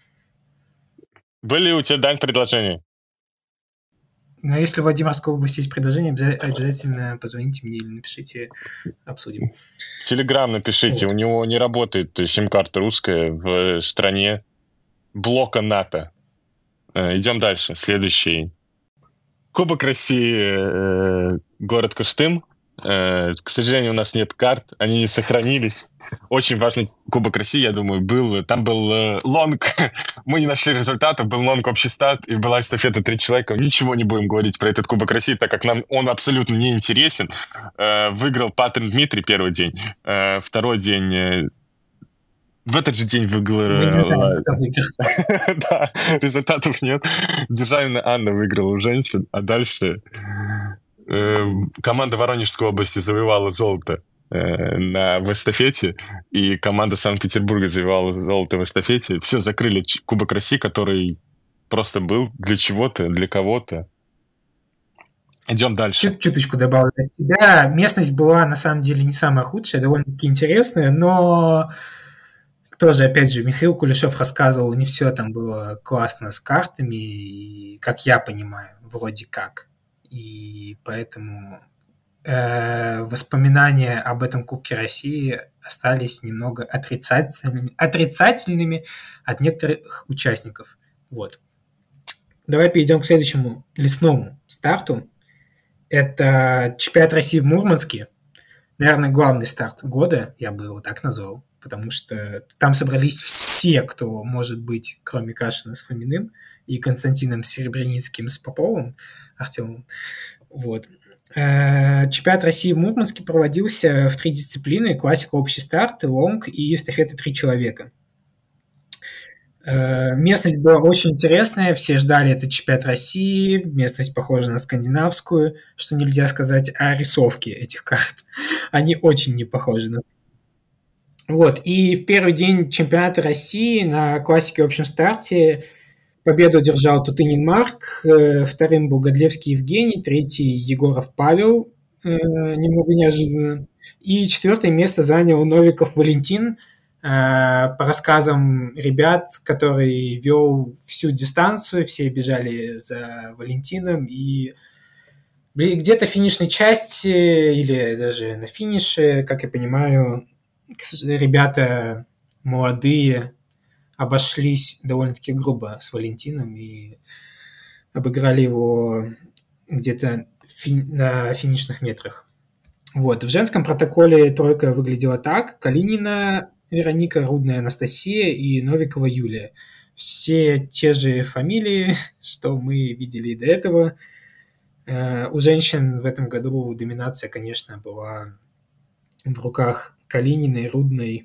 Были у тебя, Дань, предложения? Но если в Владимирской области есть предложение, обязательно позвоните мне или напишите, обсудим. В Телеграм напишите, Вот. у него не работает сим-карта русская в стране блока НАТО. Идем дальше. Следующий. Кубок России, город Кыштым. К сожалению, у нас нет карт, они не сохранились. Очень важный Кубок России, я думаю, был. Там был лонг. Мы не нашли результатов, был лонг общий старт, и была эстафета 3 человека. Ничего не будем говорить про этот Кубок России, так как нам он абсолютно не интересен. Выиграл Патрин Дмитрий первый день. Второй день... В этот же день выиграла... Мы не знаем, кто выиграл. Да, результатов нет. Державина Анна выиграла у женщин, а дальше команда Воронежской области завоевала золото в эстафете, и команда Санкт-Петербурга завоевала золото в эстафете. Все, закрыли Кубок России, который просто был для чего-то, для кого-то. Идем дальше. Чуточку добавлю от тебя. Местность была, на самом деле, не самая худшая, довольно-таки интересная, но тоже, опять же, Михаил Кулешов рассказывал, не все там было классно с картами, и, как я понимаю, вроде как. И поэтому воспоминания об этом Кубке России остались немного отрицательными от некоторых участников. Вот. Давай перейдем к следующему лесному старту. Это чемпионат России в Мурманске. Наверное, главный старт года, я бы его так назвал, потому что там собрались все, кто может быть, кроме Кашина с Фоминым и Константином Серебряницким с Поповым, Артемом. Вот. Чемпионат России в Мурманске проводился в 3 дисциплины: классика, общий старт, лонг и эстафета 3 человека. Местность была очень интересная, все ждали этот чемпионат России, местность похожа на скандинавскую, что нельзя сказать о рисовке этих карт. Они очень не похожи на... Вот, и в первый день чемпионата России на классике в общем старте победу одержал Тутынин Марк, вторым был Годлевский Евгений, третий Егоров Павел, немного неожиданно, и 4-е место занял Новиков Валентин, по рассказам ребят, который вел всю дистанцию, все бежали за Валентином, и где-то в финишной части или даже на финише, как я понимаю, ребята молодые обошлись довольно-таки грубо с Валентином и обыграли его где-то на финишных метрах. Вот. В женском протоколе тройка выглядела так: Калинина Вероника, Рудная Анастасия и Новикова Юлия. Все те же фамилии, что мы видели до этого. У женщин в этом году доминация, конечно, была в руках Калининой, Рудной,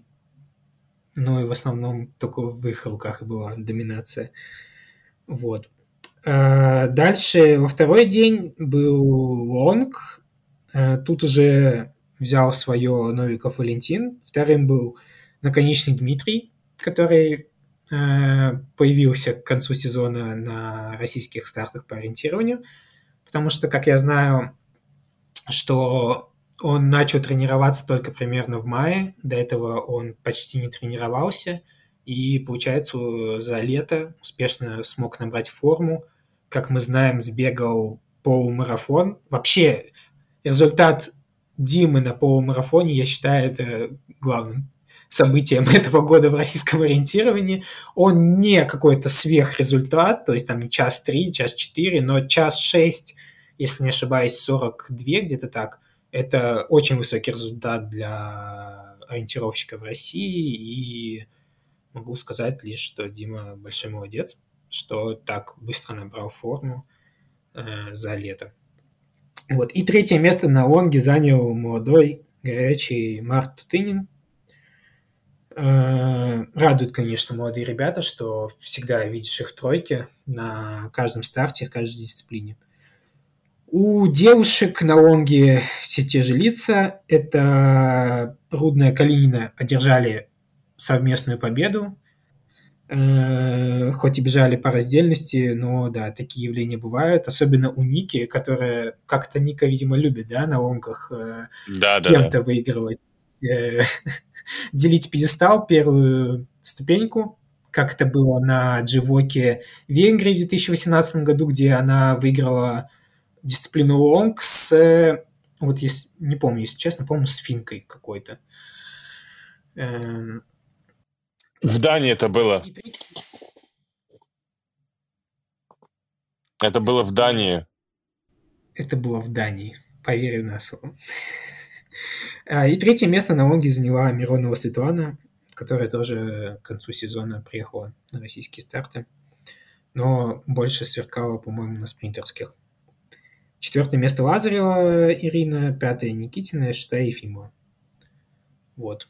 но и в основном только в их руках была доминация. Вот. Дальше во второй день был лонг. Тут уже взял свое Новиков Валентин. Вторым был наконечный Дмитрий, который появился к концу сезона на российских стартах по ориентированию. Потому что, как я знаю, что он начал тренироваться только примерно в мае. До этого он почти не тренировался. И, получается, за лето успешно смог набрать форму. Как мы знаем, сбегал полумарафон. Вообще, результат Димы на полумарафоне, я считаю, это главным событием этого года в российском ориентировании. Он не какой-то сверхрезультат, то есть там не час 3, час 4, но час 6, если не ошибаюсь, 42, где-то так. Это очень высокий результат для ориентировщика в России, и могу сказать лишь, что Дима большой молодец, что так быстро набрал форму за лето. Вот. И третье место на лонге занял молодой, горячий Марк Тутынин. Радует, конечно, молодые ребята, что всегда видишь их в тройке на каждом старте, в каждой дисциплине. У девушек на лонге все те же лица. Это Рудная, Калинина одержали совместную победу. Хоть и бежали по раздельности, но да, такие явления бывают. Особенно у Ники, которая, как-то Ника, видимо, любит, да, на лонгах с кем-то выигрывать. Делить пьедестал, первую ступеньку, как это было на Дживоке в Венгрии в 2018 году, где она выиграла дисциплину лонг с, вот если, не помню, если честно, по-моему, с финкой какой-то. В Дании это было. Это было в Дании. Это было в Дании, поверю на слово. И третье место на лонге заняла Миронова Светлана, которая тоже к концу сезона приехала на российские старты, но больше сверкала, по-моему, на спринтерских. Четвертое место Лазарева Ирина, пятое Никитина, шестая Ефимова. Вот.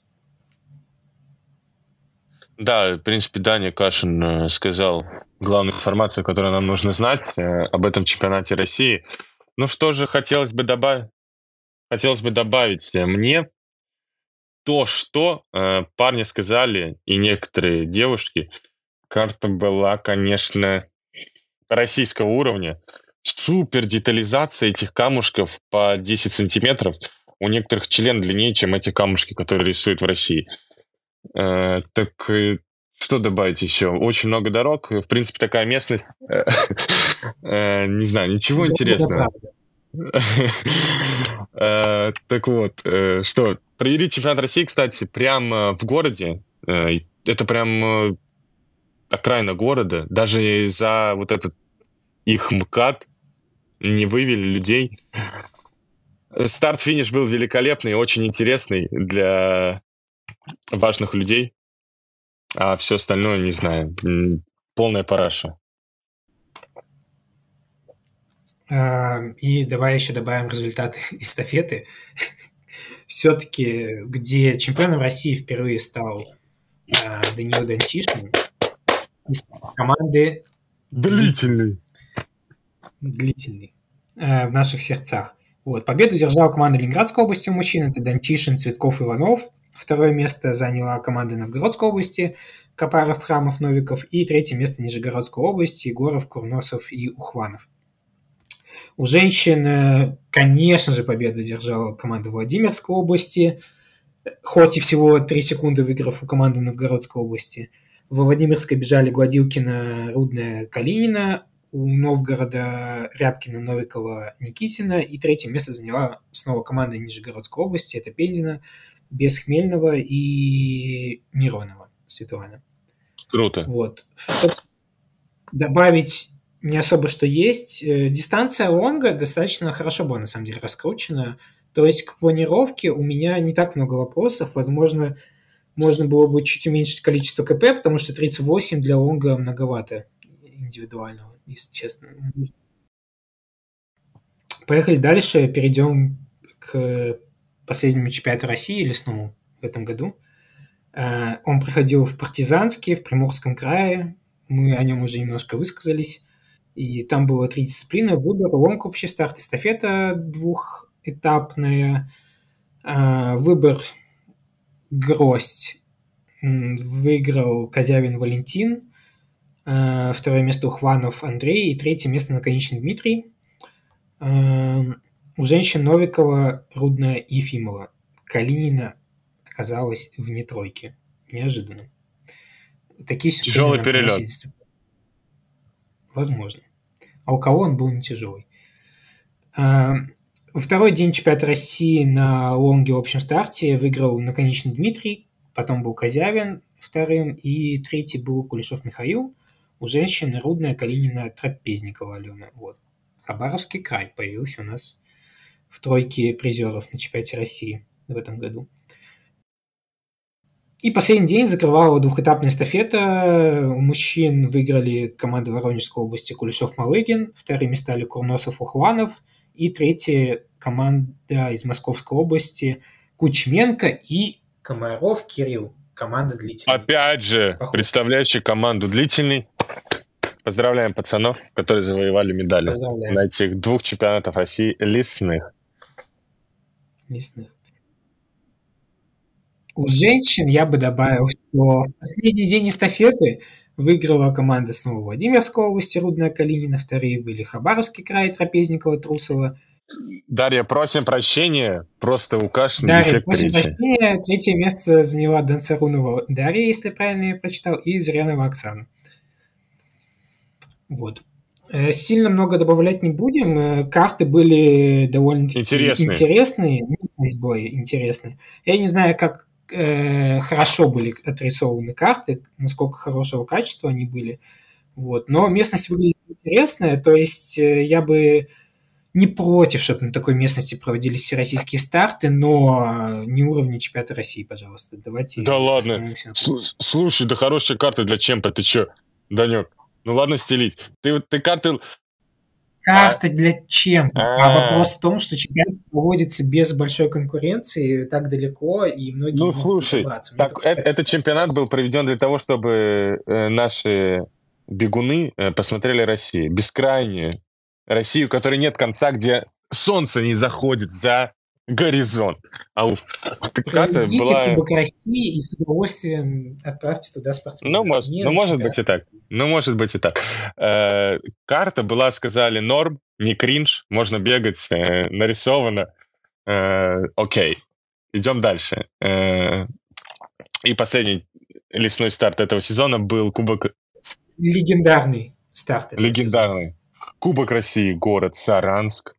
Да, в принципе, Даня Кашин сказал главную информацию, которую нам нужно знать об этом чемпионате России. Ну что же, хотелось бы добавить мне то, что парни сказали, и некоторые девушки. Карта была, конечно, российского уровня. Супер детализация этих камушков по 10 сантиметров. У некоторых член длиннее, чем эти камушки, которые рисуют в России. Так что добавить еще? Очень много дорог. В принципе, такая местность. Не знаю, ничего интересного. Так вот, что? Провели чемпионат России, кстати, прямо в городе. Это прям окраина города. Даже за вот этот их МКАД не вывели людей. Старт-финиш был великолепный, очень интересный для важных людей. А все остальное, не знаю, полная параша. И давай еще добавим результаты эстафеты. Все-таки, где чемпионом России впервые стал Даниил Данчишин из команды Длительный. В наших сердцах. Вот. Победу держала команда Ленинградской области у мужчин. Это Данчишин, Цветков, Иванов. Второе место заняла команда Новгородской области. Копаров, Храмов, Новиков. И третье место Нижегородской области. Егоров, Курносов и Ухванов. У женщин, конечно же, победу держала команда Владимирской области, хоть и всего 3 секунды выиграв у команды Новгородской области. Во Владимирской бежали Гладилкина, Рудная, Калинина, у Новгорода Рябкина, Новикова, Никитина, и третье место заняла снова команда Нижегородской области, это Пензина, Бесхмельного и Миронова Светлана. Круто. Вот. Добавить не особо что есть. Дистанция лонга достаточно хорошо была, на самом деле, раскручена. То есть к планировке у меня не так много вопросов. Возможно, можно было бы чуть уменьшить количество КП, потому что 38 для лонга многовато индивидуального, если честно. Поехали дальше. Перейдем к последнему чемпионату России, лесному, в этом году. Он проходил в Партизанске, в Приморском крае. Мы о нем уже немножко высказались. И там было 3 дисциплины: выбор, лонг, общий старт, эстафета двухэтапная. Выбор гроздь выиграл Козявин Валентин, второе место Ухванов Андрей и третье место Наконечный Дмитрий. У женщин Новикова, Рудная и Ефимова. Калинина оказалась вне тройки. Неожиданно. Такие сюрпризы Тяжелый нам перелет. приносит дисциплина. Возможно. А у кого он был не тяжелый. Во второй день чемпионата России на лонге в общем старте выиграл Наконечный Дмитрий, потом был Козявин вторым, и третий был Кулешов Михаил. У женщин Рудная, Калинина, Трапезникова Алена. Вот. Хабаровский край появился у нас в тройке призеров на чемпионате России в этом году. И последний день закрывала двухэтапная эстафета. У мужчин выиграли команда Воронежской области Кулешов-Малыгин, вторыми стали Курносов-Ухланов, и третья команда из Московской области Кучменко и Комаров Кирилл. Команда длительная. Опять же, представляющий команду длительный. Поздравляем пацанов, которые завоевали медали на этих 2 чемпионатах России лесных. У женщин я бы добавил, что в последний день эстафеты выиграла команда снова Владимирской области, Рудная, Калинина. Вторые были Хабаровский край, Трапезникова, Трусова. Дарья, просим прощения, просто у Кашина дефект речи. Прощения. Третье место заняла Данцарунова Дарья, если правильно я прочитал, и Зырянова Оксана. Вот. Сильно много добавлять не будем. Карты были довольно-таки интересные. Интересные. Я не знаю, как хорошо были отрисованы карты, насколько хорошего качества они были. Вот. Но местность выглядит интересная, то есть я бы не против, чтобы на такой местности проводились всероссийские старты, но не уровня чемпионата России, пожалуйста. Давайте. Да ладно. Слушай, да хорошие карты для чемпа, ты чё, Данёк? Ну ладно стелить. Ты карты... Карты для чемпа. А вопрос в том, что чемпионат проводится без большой конкуренции, так далеко, и многие могут слушай, так, этот чемпионат был проведен для того, чтобы наши бегуны посмотрели Россию. Бескрайнюю Россию, у которой нет конца, где солнце не заходит за горизонт. Проведите Кубок России и с удовольствием отправьте туда спортсменов. Может быть и так. Может быть и так. Карта была, сказали, норм, не кринж, можно бегать, нарисовано. Окей, идем дальше. И последний лесной старт этого сезона был Кубок... Легендарный старт. Легендарный. Кубок России, город Саранск.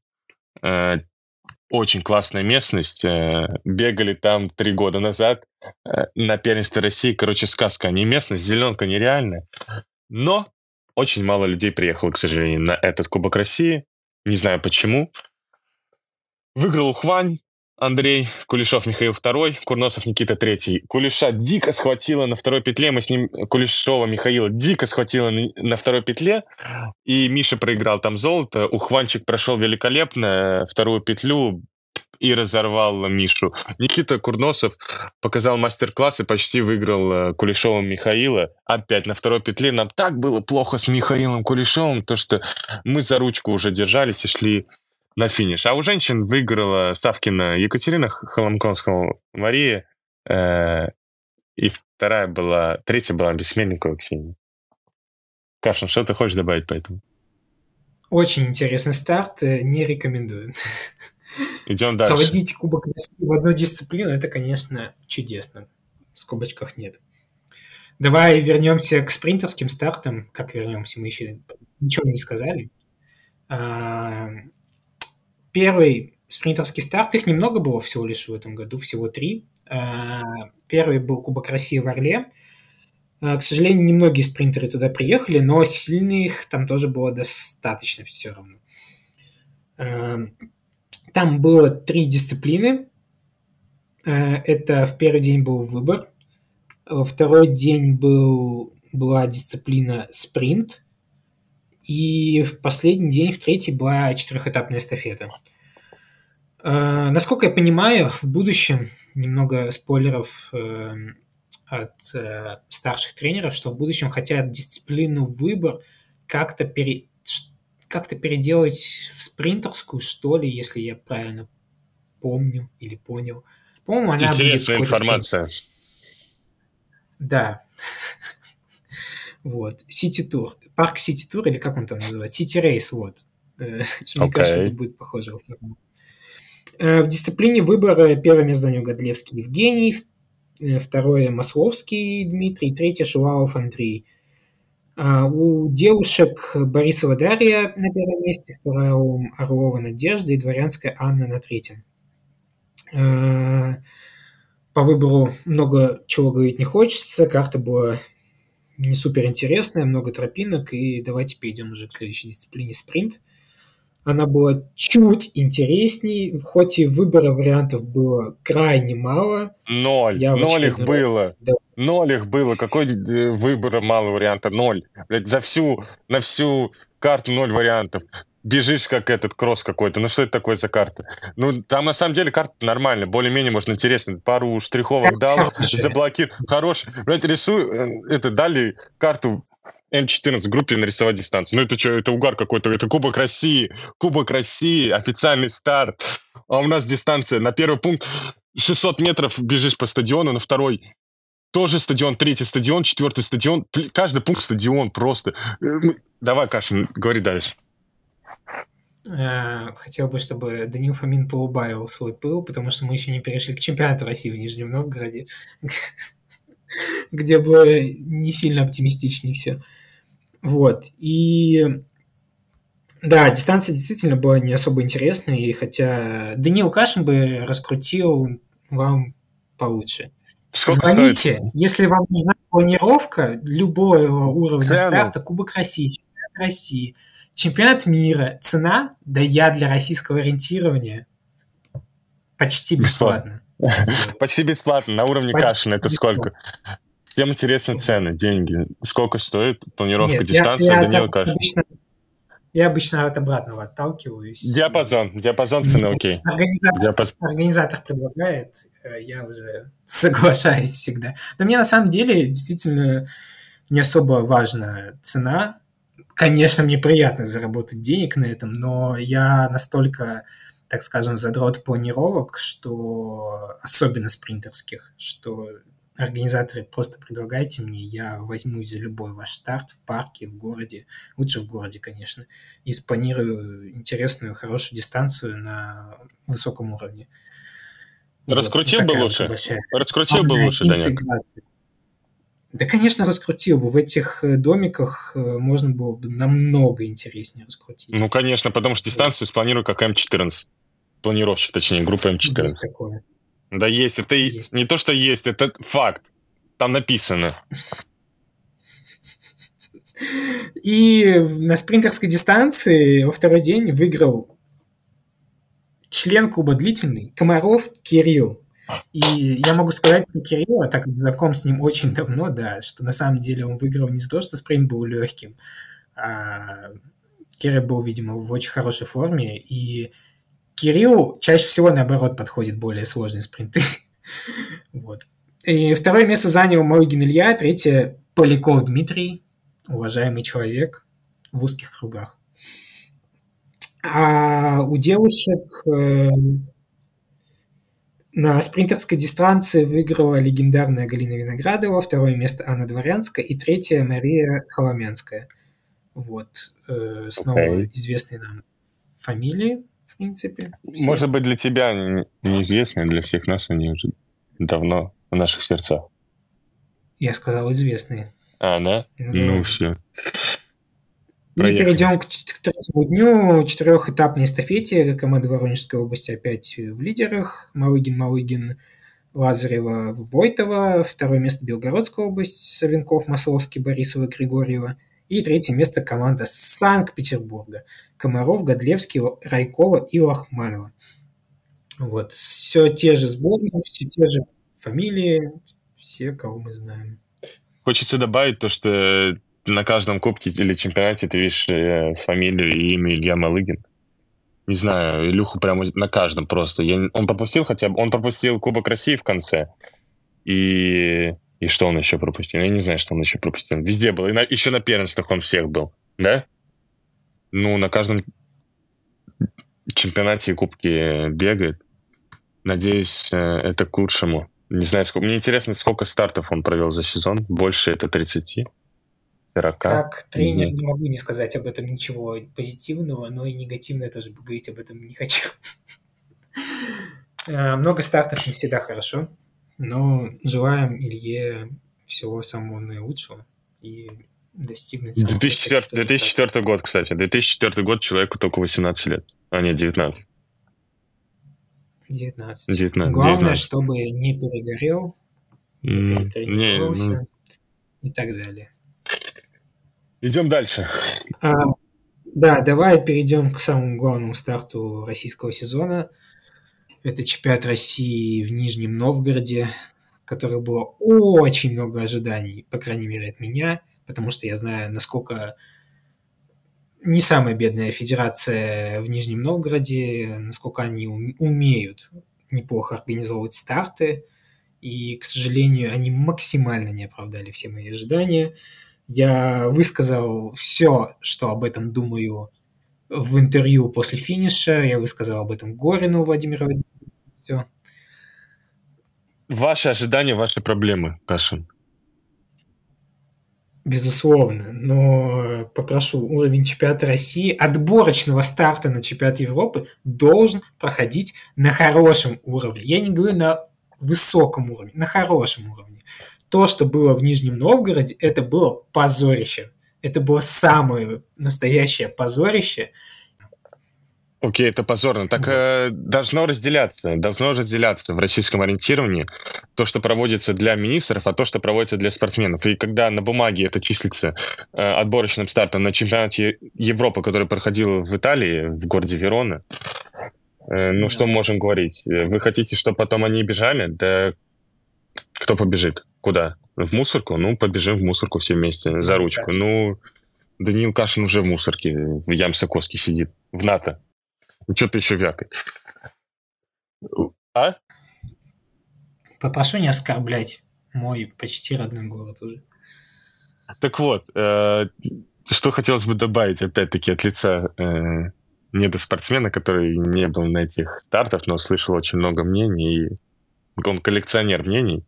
Очень классная местность. Бегали там 3 года назад на первенстве России. Короче, сказка, а не местность. Зеленка нереальная. Но очень мало людей приехало, к сожалению, на этот Кубок России. Не знаю почему. Выиграл Ухвань Андрей, Кулешов Михаил второй, Курносов Никита третий. Кулеша дико схватила на второй петле. Мы с ним, Кулешова Михаила, дико схватила на второй петле. И Миша проиграл там золото. Ухванчик прошел великолепно вторую петлю и разорвал Мишу. Никита Курносов показал мастер-класс и почти выиграл Кулешова Михаила. Опять на второй петле. Нам так было плохо с Михаилом Кулешовым, то что мы за ручку уже держались и шли на финиш. А у женщин выиграла Ставкина Екатерина, Холомконского Мария, и третья была Бессмельникова Ксения. Кашин, что ты хочешь добавить по этому? Очень интересный старт, не рекомендую. Идем дальше. Проводить Кубок России в одну дисциплину, это, конечно, чудесно. В скобочках нет. Давай вернемся к спринтерским стартам. Как вернемся? Мы еще ничего не сказали. Первый спринтерский старт, их немного было всего лишь в этом году, всего 3. Первый был Кубок России в Орле. К сожалению, немногие спринтеры туда приехали, но сильных там тоже было достаточно все равно. Там было 3 дисциплины. Это в первый день был выбор. Во второй день была дисциплина спринт. И в последний день, в третий, была 4-этапная эстафета. Насколько я понимаю, в будущем, немного спойлеров от старших тренеров, что в будущем хотят дисциплину выбор как-то как-то переделать в спринтерскую, что ли, если я правильно помню или понял. По-моему, она будет Интересная какой-то информация. Да. Вот. Сити-тур. Парк Сити-тур, или как он там называется? Сити-рейс, вот. Мне кажется, это будет похожего формата. В дисциплине выбора первое место занял Годлевский Евгений, второе Масловский Дмитрий, третье Шувалов Андрей. У девушек Борисова Дарья на первом месте, вторая Орлова Надежда и Дворянская Анна на третьем. По выбору много чего говорить не хочется, карта была не супер интересная, много тропинок, и давайте перейдем уже к следующей дисциплине спринт. Она была чуть интересней, хоть и выбора вариантов было крайне мало. Ноль их было. Да. 0 их было. Какой выбора мало варианта? 0. Блядь, на всю карту 0 вариантов. Бежишь, как этот кросс какой-то. Ну, что это такое за карта? Ну, там, на самом деле, карта нормальная. Более-менее, можно интересно. Пару штриховок дал, заблокировал. Хороший. Блядь, дали карту М14 в группе нарисовать дистанцию. Ну, это что, это угар какой-то. Это Кубок России. Кубок России. Официальный старт. А у нас дистанция на первый пункт 600 метров бежишь по стадиону, на второй тоже стадион, третий стадион, четвертый стадион. Каждый пункт стадион просто. Давай, Кашин, говори дальше. Хотел бы, чтобы Данил Фомин поубавил свой пыл, потому что мы еще не перешли к чемпионату России в Нижнем Новгороде, где было не сильно оптимистичнее все. Вот. И да, дистанция действительно была не особо интересной, и хотя Данил Кашин бы раскрутил вам получше. Сколько Звоните, стоит? если вам нужна планировка любого уровня старта, Кубок России, Чемпионат России, Чемпионат мира, цена, да я для российского ориентирования почти бесплатно. Почти бесплатно, на уровне Кашина. Это сколько? Всем интересны цены, деньги. Сколько стоит планировка, дистанция Данила Кашина? Я обычно от обратного отталкиваюсь. Диапазон цены окей. Организатор предлагает, я уже соглашаюсь всегда. Но мне на самом деле действительно не особо важна цена. Конечно, мне приятно заработать денег на этом, но я настолько, так скажем, задрот планировок, что особенно спринтерских, что организаторы просто предлагайте мне, я возьмусь за любой ваш старт в парке, в городе, лучше в городе, конечно, и спланирую интересную, хорошую дистанцию на высоком уровне. Раскрутил бы лучше? Раскрутил бы лучше, Данил? Да, конечно, раскрутил бы. В этих домиках можно было бы намного интереснее раскрутить. Ну, конечно, потому что дистанцию спланирую как М14. Планировщик, точнее, группа М14. Есть такое. Да есть, это есть. Не то, что есть, это факт. Там написано. И на спринтерской дистанции во второй день выиграл член клуба «Длительный» Комаров Кирилл. И я могу сказать про Кирилла, так как знаком с ним очень давно, да, что на самом деле он выиграл не за то, что спринт был легким, а Кирилл был, видимо, в очень хорошей форме, и Кирилл чаще всего, наоборот, подходит более сложные спринты. Вот. И второе место занял Малыгин Илья, третье Поляков Дмитрий, уважаемый человек в узких кругах. А у девушек на спринтерской дистанции выиграла легендарная Галина Виноградова, второе место Анна Дворянская и третье Мария Холомянская. Вот. Снова известные нам фамилии, в принципе. Все. Может быть, для тебя неизвестные, для всех нас они уже давно в наших сердцах. Я сказал известные. А, да? Ну все. И перейдем к третьему дню. Четырехэтапной эстафете. Команда Воронежской области опять в лидерах. Малыгин, Лазарева, Войтова. Второе место Белгородская область. Савенков, Масловский, Борисова, Григорьева. И третье место команда Санкт-Петербурга. Комаров, Годлевский, Райкова и Лохманова. Вот. Все те же сборные, все те же фамилии, все, кого мы знаем. Хочется добавить то, что на каждом кубке или чемпионате ты видишь фамилию и имя Илья Малыгин. Не знаю, Илюху прямо на каждом просто. Он пропустил Кубок России в конце. И что он еще пропустил? Я не знаю, что он еще пропустил. Везде был. Еще на первенствах он всех был. Да? на каждом чемпионате и кубке бегает. Надеюсь, это к лучшему. Не знаю, мне интересно, сколько стартов он провел за сезон. Больше это 30, 40. Как тренер не могу не сказать об этом ничего позитивного, но и негативно тоже говорить об этом не хочу. Много стартов не всегда хорошо, но желаем Илье всего самого наилучшего и достигнуть самых 2004 год, кстати. 2004 год, человеку только 18 лет, а не 19. 19. Главное, чтобы не перегорел, не перетренировался и так далее. Идем дальше. Да, давай перейдем к самому главному старту российского сезона. Это чемпионат России в Нижнем Новгороде, от которого было очень много ожиданий, по крайней мере, от меня, потому что я знаю, насколько не самая бедная федерация в Нижнем Новгороде, насколько они умеют неплохо организовывать старты, и, к сожалению, они максимально не оправдали все мои ожидания. Я высказал все, что об этом думаю в интервью после финиша, я высказал об этом Горину Владимиру Владимировичу. Все. Ваши ожидания, ваши проблемы, Кашин. Безусловно, но попрошу, уровень чемпионата России, отборочного старта на чемпионат Европы должен проходить на хорошем уровне. Я не говорю на высоком уровне, на хорошем уровне. То, что было в Нижнем Новгороде, это было позорище. Это было самое настоящее позорище. Окей, это позорно. Так должно разделяться в российском ориентировании то, что проводится для министров, а то, что проводится для спортсменов. И когда на бумаге это числится отборочным стартом на чемпионате Европы, который проходил в Италии, в городе Верона, что мы можем говорить? Вы хотите, чтобы потом они бежали? Да кто побежит? Куда? В мусорку? Побежим в мусорку все вместе, за ручку. Даниил Кашин уже в мусорке, в Ямсокоске сидит, в НАТО. Что-то еще вякает. А? Попрошу не оскорблять мой почти родной город уже. Так вот, что хотелось бы добавить, опять-таки, от лица недоспортсмена, который не был на этих стартах, но слышал очень много мнений, и он коллекционер мнений.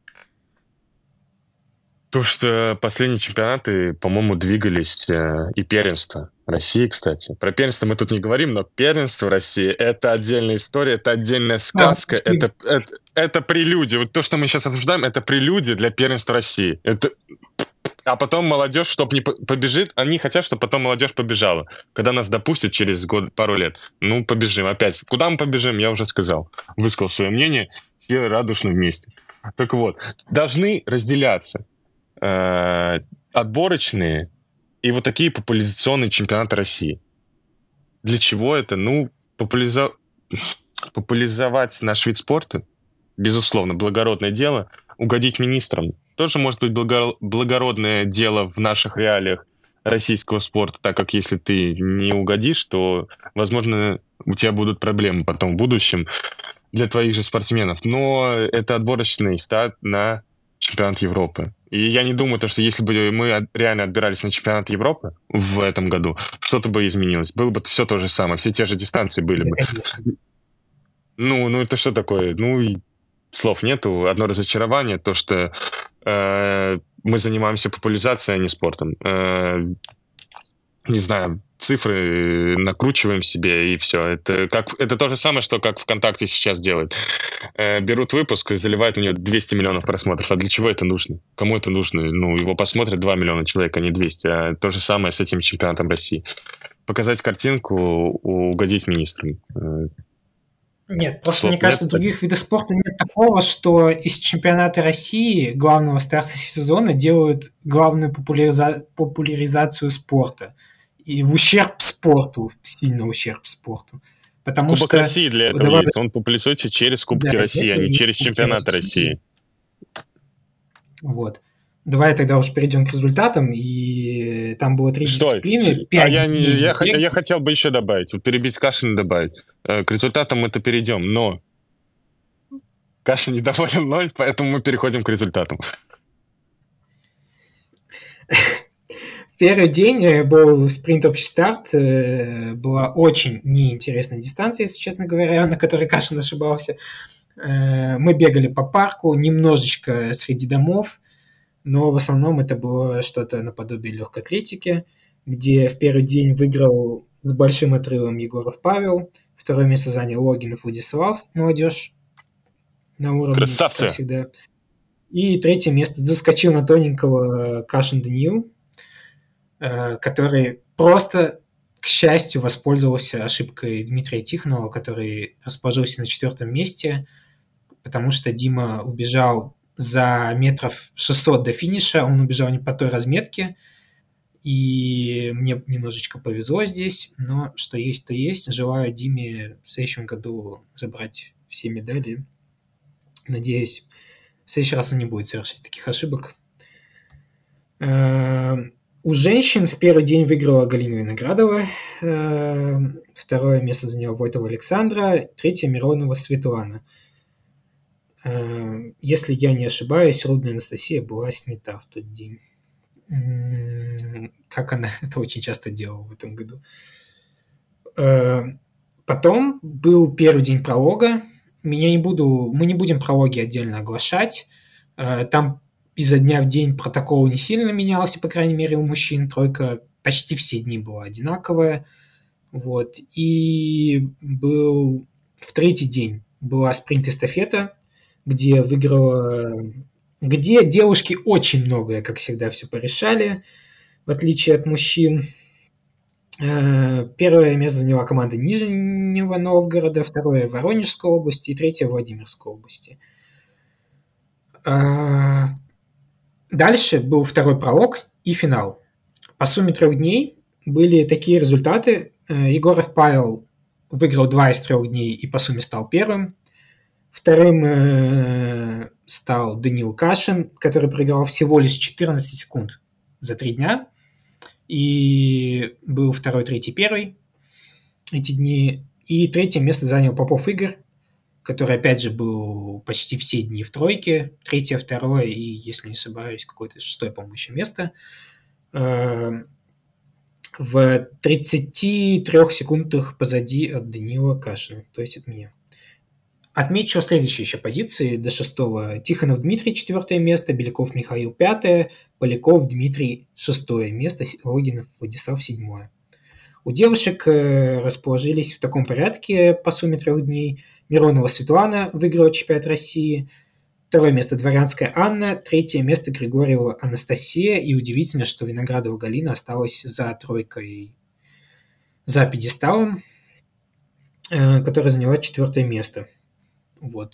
То, что последние чемпионаты, по-моему, двигались, и первенство России, кстати. Про первенство мы тут не говорим, но первенство России — это отдельная история, это отдельная сказка, это прелюдия. Вот то, что мы сейчас обсуждаем, это прелюдия для первенства России. А потом молодежь, чтобы не побежит, они хотят, чтобы потом молодежь побежала. Когда нас допустят через пару лет, побежим опять. Куда мы побежим, я уже сказал. Высказал свое мнение, все радушно вместе. Так вот, должны разделяться отборочные и вот такие популяризационные чемпионаты России. Для чего это? Популяризовать наш вид спорта, безусловно, благородное дело. Угодить министрам тоже может быть благородное дело в наших реалиях российского спорта, так как если ты не угодишь, то, возможно, у тебя будут проблемы потом в будущем для твоих же спортсменов. Но это отборочный старт на чемпионат Европы. И я не думаю, что если бы мы реально отбирались на чемпионат Европы в этом году, что-то бы изменилось. Было бы все то же самое, все те же дистанции были бы. Это что такое? Слов нету. Одно разочарование, то, что мы занимаемся популяризацией, а не спортом. Не знаю, цифры накручиваем себе, и все. Это то же самое, что как ВКонтакте сейчас делают. Берут выпуск и заливают на него 200 миллионов просмотров. А для чего это нужно? Кому это нужно? Его посмотрят 2 миллиона человек, а не 200. А то же самое с этим чемпионатом России. Показать картинку, угодить министрам. Нет, просто мне кажется, в других видах спорта нет такого, что из чемпионата России, главного старта сезона, делают главную популяризацию спорта. И в ущерб спорту, сильно ущерб спорту. Потому Кубок России для этого есть. Он популяризуется через Кубки России, а не через чемпионаты России. Вот. Давай тогда уж перейдем к результатам. И там было 3 дисциплины. Я хотел бы еще добавить. Перебить Кашина добавить. К результатам мы-то перейдем, но Кашин недоволен 0, поэтому мы переходим к результатам. Первый день был спринт общий старт, была очень неинтересная дистанция, если честно говоря, на которой Кашин ошибался. Мы бегали по парку, немножечко среди домов, но в основном это было что-то наподобие легкой атлетики, где в первый день выиграл с большим отрывом Егоров Павел, второе место занял Логинов Владислав, молодежь на уровне, Красавцы! как всегда. И третье место заскочил на тоненького Кашин Даниил, который просто, к счастью, воспользовался ошибкой Дмитрия Тихонова, который расположился на 4-м месте, потому что Дима убежал за метров 600 до финиша, он убежал не по той разметке, и мне немножечко повезло здесь, но что есть, то есть. Желаю Диме в следующем году забрать все медали. Надеюсь, в следующий раз он не будет совершать таких ошибок. У женщин в первый день выиграла Галина Виноградова, второе место заняла Войтова Александра, третье Миронова Светлана. Если я не ошибаюсь, Рудная Анастасия была снята в тот день. Как она это очень часто делала в этом году. Потом был первый день пролога. Мы не будем прологи отдельно оглашать. Там изо дня в день протокол не сильно менялся, по крайней мере, у мужчин. Тройка почти все дни была одинаковая. Вот. И был в третий день была спринт-эстафета, где девушки очень многое, как всегда, все порешали, в отличие от мужчин. Первое место заняла команда Нижнего Новгорода, второе – Воронежской области и третье – Владимирской области. Дальше был второй пролог и финал. По сумме 3 дней были такие результаты. Егоров Павел выиграл 2 из 3 дней и по сумме стал первым. Вторым стал Даниил Кашин, который проиграл всего лишь 14 секунд за 3 дня. И был второй, третий, первый эти дни. И третье место занял Попов Игорь, который, опять же, был почти все дни в тройке. Третье, второе и, если не ошибаюсь, какое-то шестое, по-моему, еще место. В 33 секундах позади от Даниила Кашина, то есть от меня. Отмечу следующие еще позиции до 6-го. Тихонов Дмитрий, 4 место, Беляков Михаил, 5, Поляков Дмитрий, 6 место, Логинов Владислав, 7. У девушек расположились в таком порядке по сумме 3 дней. Миронова Светлана выиграла чемпионат России, 2 место Дворянская Анна, 3 место Григорьева Анастасия. И удивительно, что Виноградова Галина осталась за тройкой, за пьедесталом, которая заняла 4 место. Вот.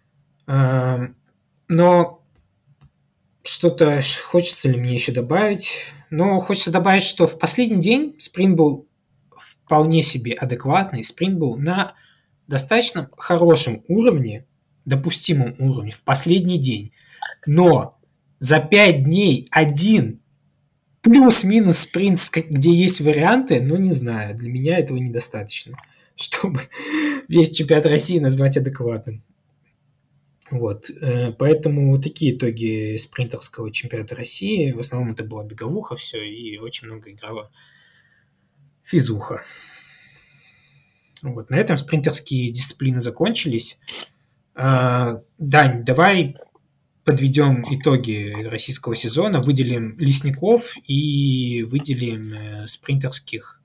Но что-то хочется ли мне еще добавить? Но хочется добавить, что в последний день спринт был вполне себе адекватный. Спринт был на достаточно хорошем уровне, допустимом уровне в последний день. Но за 5 дней один плюс-минус спринт, где есть варианты, ну не знаю, для меня этого недостаточно, чтобы весь чемпионат России назвать адекватным. Вот, поэтому вот такие итоги спринтерского чемпионата России. В основном это была беговуха все, и очень много играла физуха. Вот, на этом спринтерские дисциплины закончились. Дань, давай подведем итоги российского сезона, выделим лесников и выделим спринтерских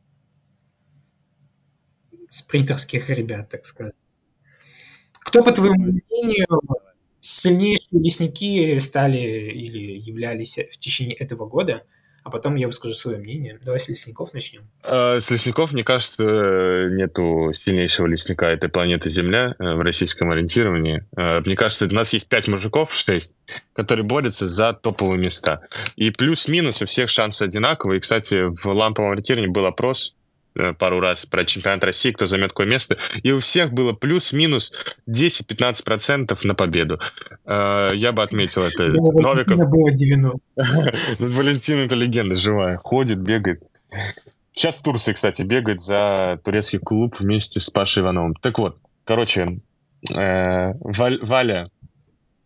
ребят, так сказать. Кто, по твоему мнению, сильнейшие лесники стали или являлись в течение этого года? А потом я выскажу свое мнение. Давай с лесников начнем. С лесников, мне кажется, нету сильнейшего лесника этой планеты Земля в российском ориентировании. Мне кажется, у нас есть 5 мужиков, 6, которые борются за топовые места. И плюс-минус у всех шансы одинаковые. И, кстати, в ламповом ориентировании был опрос пару раз про чемпионат России, кто займет какое место, и у всех было плюс-минус 10-15% на победу. Я бы отметил это. Новиков. Было 90. Валентин — это легенда живая. Ходит, бегает. Сейчас в Турции, кстати, бегает за турецкий клуб вместе с Пашей Ивановым. Так вот, короче, Валя,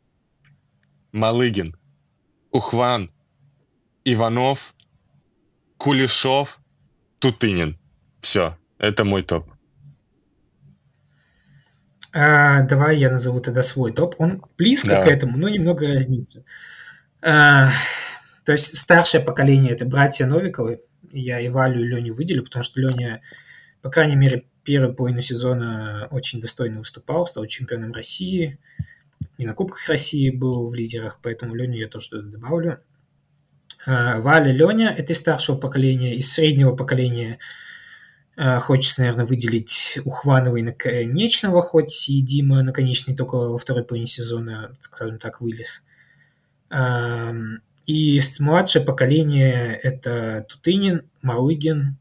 Малыгин, Ухван, Иванов Кулешов, Тутынин. Все, это мой топ. Давай я назову тогда свой топ. Он близко к этому, но немного разнится. То есть старшее поколение – это братья Новиковы. Я и Валю, и Леню выделю, потому что Леня, по крайней мере, первую половину сезона очень достойно выступал, стал чемпионом России. И на Кубках России был в лидерах, поэтому Леню я тоже добавлю. Валя, Леня – это из старшего поколения. Из среднего поколения хочется, наверное, выделить Ухванова и Наконечного, хоть и Дима Наконечный только во второй половине сезона, скажем так, вылез. И младшее поколение – это Тутынин, Малыгин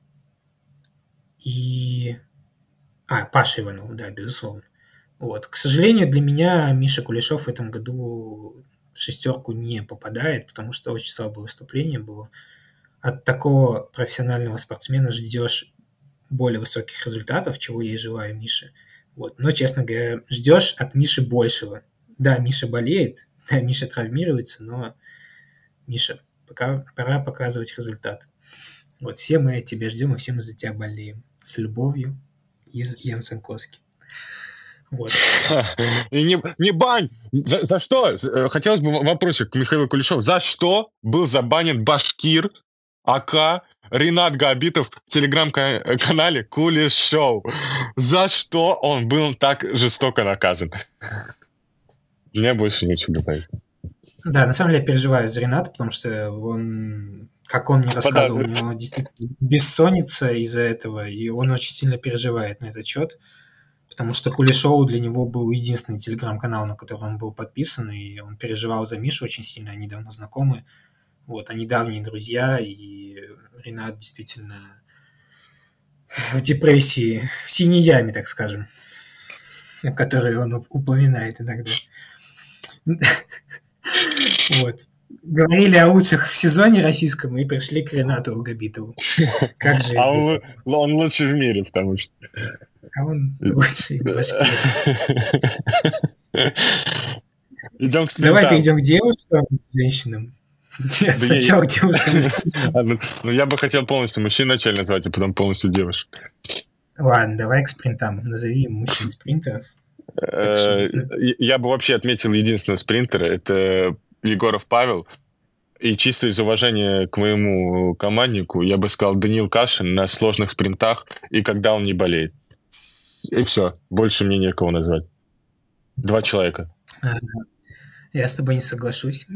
и… Паша Иванов, да, безусловно. Вот. К сожалению, для меня Миша Кулешов в этом году в шестерку не попадает, потому что очень слабое выступление было. От такого профессионального спортсмена ждешь более высоких результатов, чего я и желаю Мише. Вот. Но, честно говоря, ждешь от Миши большего. Да, Миша болеет, да, Миша травмируется, но, Миша, пока пора показывать результат. Вот, все мы тебя ждем, и все мы за тебя болеем. С любовью, из Ямсанковски. Вот. И не бань! За что? Хотелось бы вопросик к Михаилу Кулешову. За что был забанен башкир АК Ринат Габитов в телеграм-канале Кулешов? За что он был так жестоко наказан? Мне больше нечего добавить. Да, на самом деле я переживаю за Рената, потому что он, как он мне рассказывал, у него действительно бессонница из-за этого, и он очень сильно переживает на этот счет, потому что Кулешов для него был единственный телеграм-канал, на который он был подписан, и он переживал за Мишу очень сильно, они давно знакомы, вот, они давние друзья, и Ренат действительно в депрессии, в синей яме, так скажем, о которой он упоминает иногда. Вот. Говорили о лучших в сезоне российском и пришли к Ренату Габитову. Как же он лучший в мире, потому что... А он лучший башкир. Идем к спринтам. Давай перейдем к девушкам, женщинам. Нет, сначала к девушкам. Ну, я бы хотел полностью мужчин вначале назвать, а потом полностью девушек. Ладно, давай к спринтам. Назови мужчин-спринтеров. Я бы вообще отметил единственного спринтера. Это Егоров Павел. И чисто из уважения к моему команднику я бы сказал Даниил Кашин на сложных спринтах и когда он не болеет. И все. Больше мне некого назвать. 2 человека. Я с тобой не соглашусь.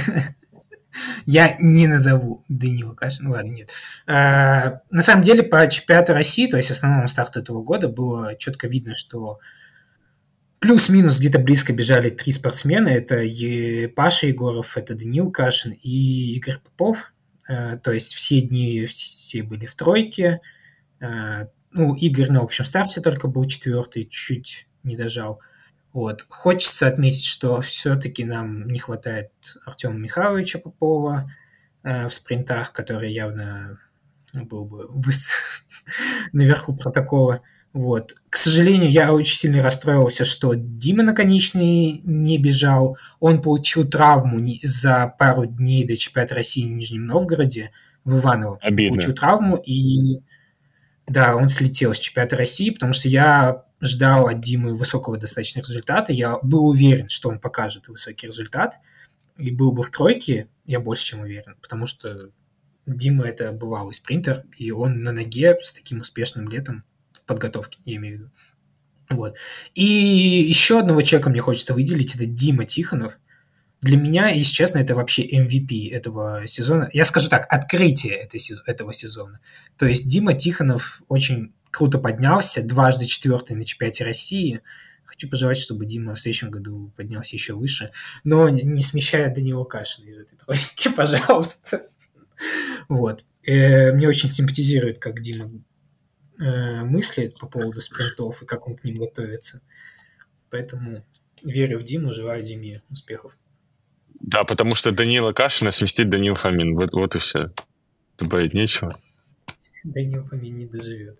Я не назову Данила Кашина. Ладно, нет. На самом деле, по чемпионату России, то есть основному старту этого года, было четко видно, что плюс-минус где-то близко бежали 3 спортсмена. Это Паша Егоров, это Данил Кашин и Игорь Попов. То есть все дни все были в тройке. Ну, Игорь на общем старте только был 4-й, чуть-чуть не дожал. Вот. Хочется отметить, что все-таки нам не хватает Артема Михайловича Попова в спринтах, который явно был бы наверху протокола. Вот. К сожалению, я очень сильно расстроился, что Дима Наконечный не бежал. Он получил травму за пару дней до чемпионата России в Нижнем Новгороде, в Иваново. Обидно. Получил травму, и да, он слетел с чемпионата России, потому что я ждал от Димы высокого достаточно результата. Я был уверен, что он покажет высокий результат, и был бы в тройке, я больше чем уверен, потому что Дима – это бывалый спринтер, и он на ноге с таким успешным летом в подготовке, я имею в виду. Вот. И еще одного человека мне хочется выделить – это Дима Тихонов. Для меня, если честно, это вообще MVP этого сезона. Я скажу так, открытие этого сезона. То есть Дима Тихонов очень круто поднялся, 2-dy 4-й на чемпионате России. Хочу пожелать, чтобы Дима в следующем году поднялся еще выше. Но не смещая Данила Кашина из этой тройки, пожалуйста. Вот. Мне очень симпатизирует, как Дима мыслит по поводу спринтов и как он к ним готовится. Поэтому верю в Диму, желаю Диме успехов. Да, потому что Данила Кашина сместит Данил Фомин. Вот и все. Добавить нечего. Данил Фомин не доживет.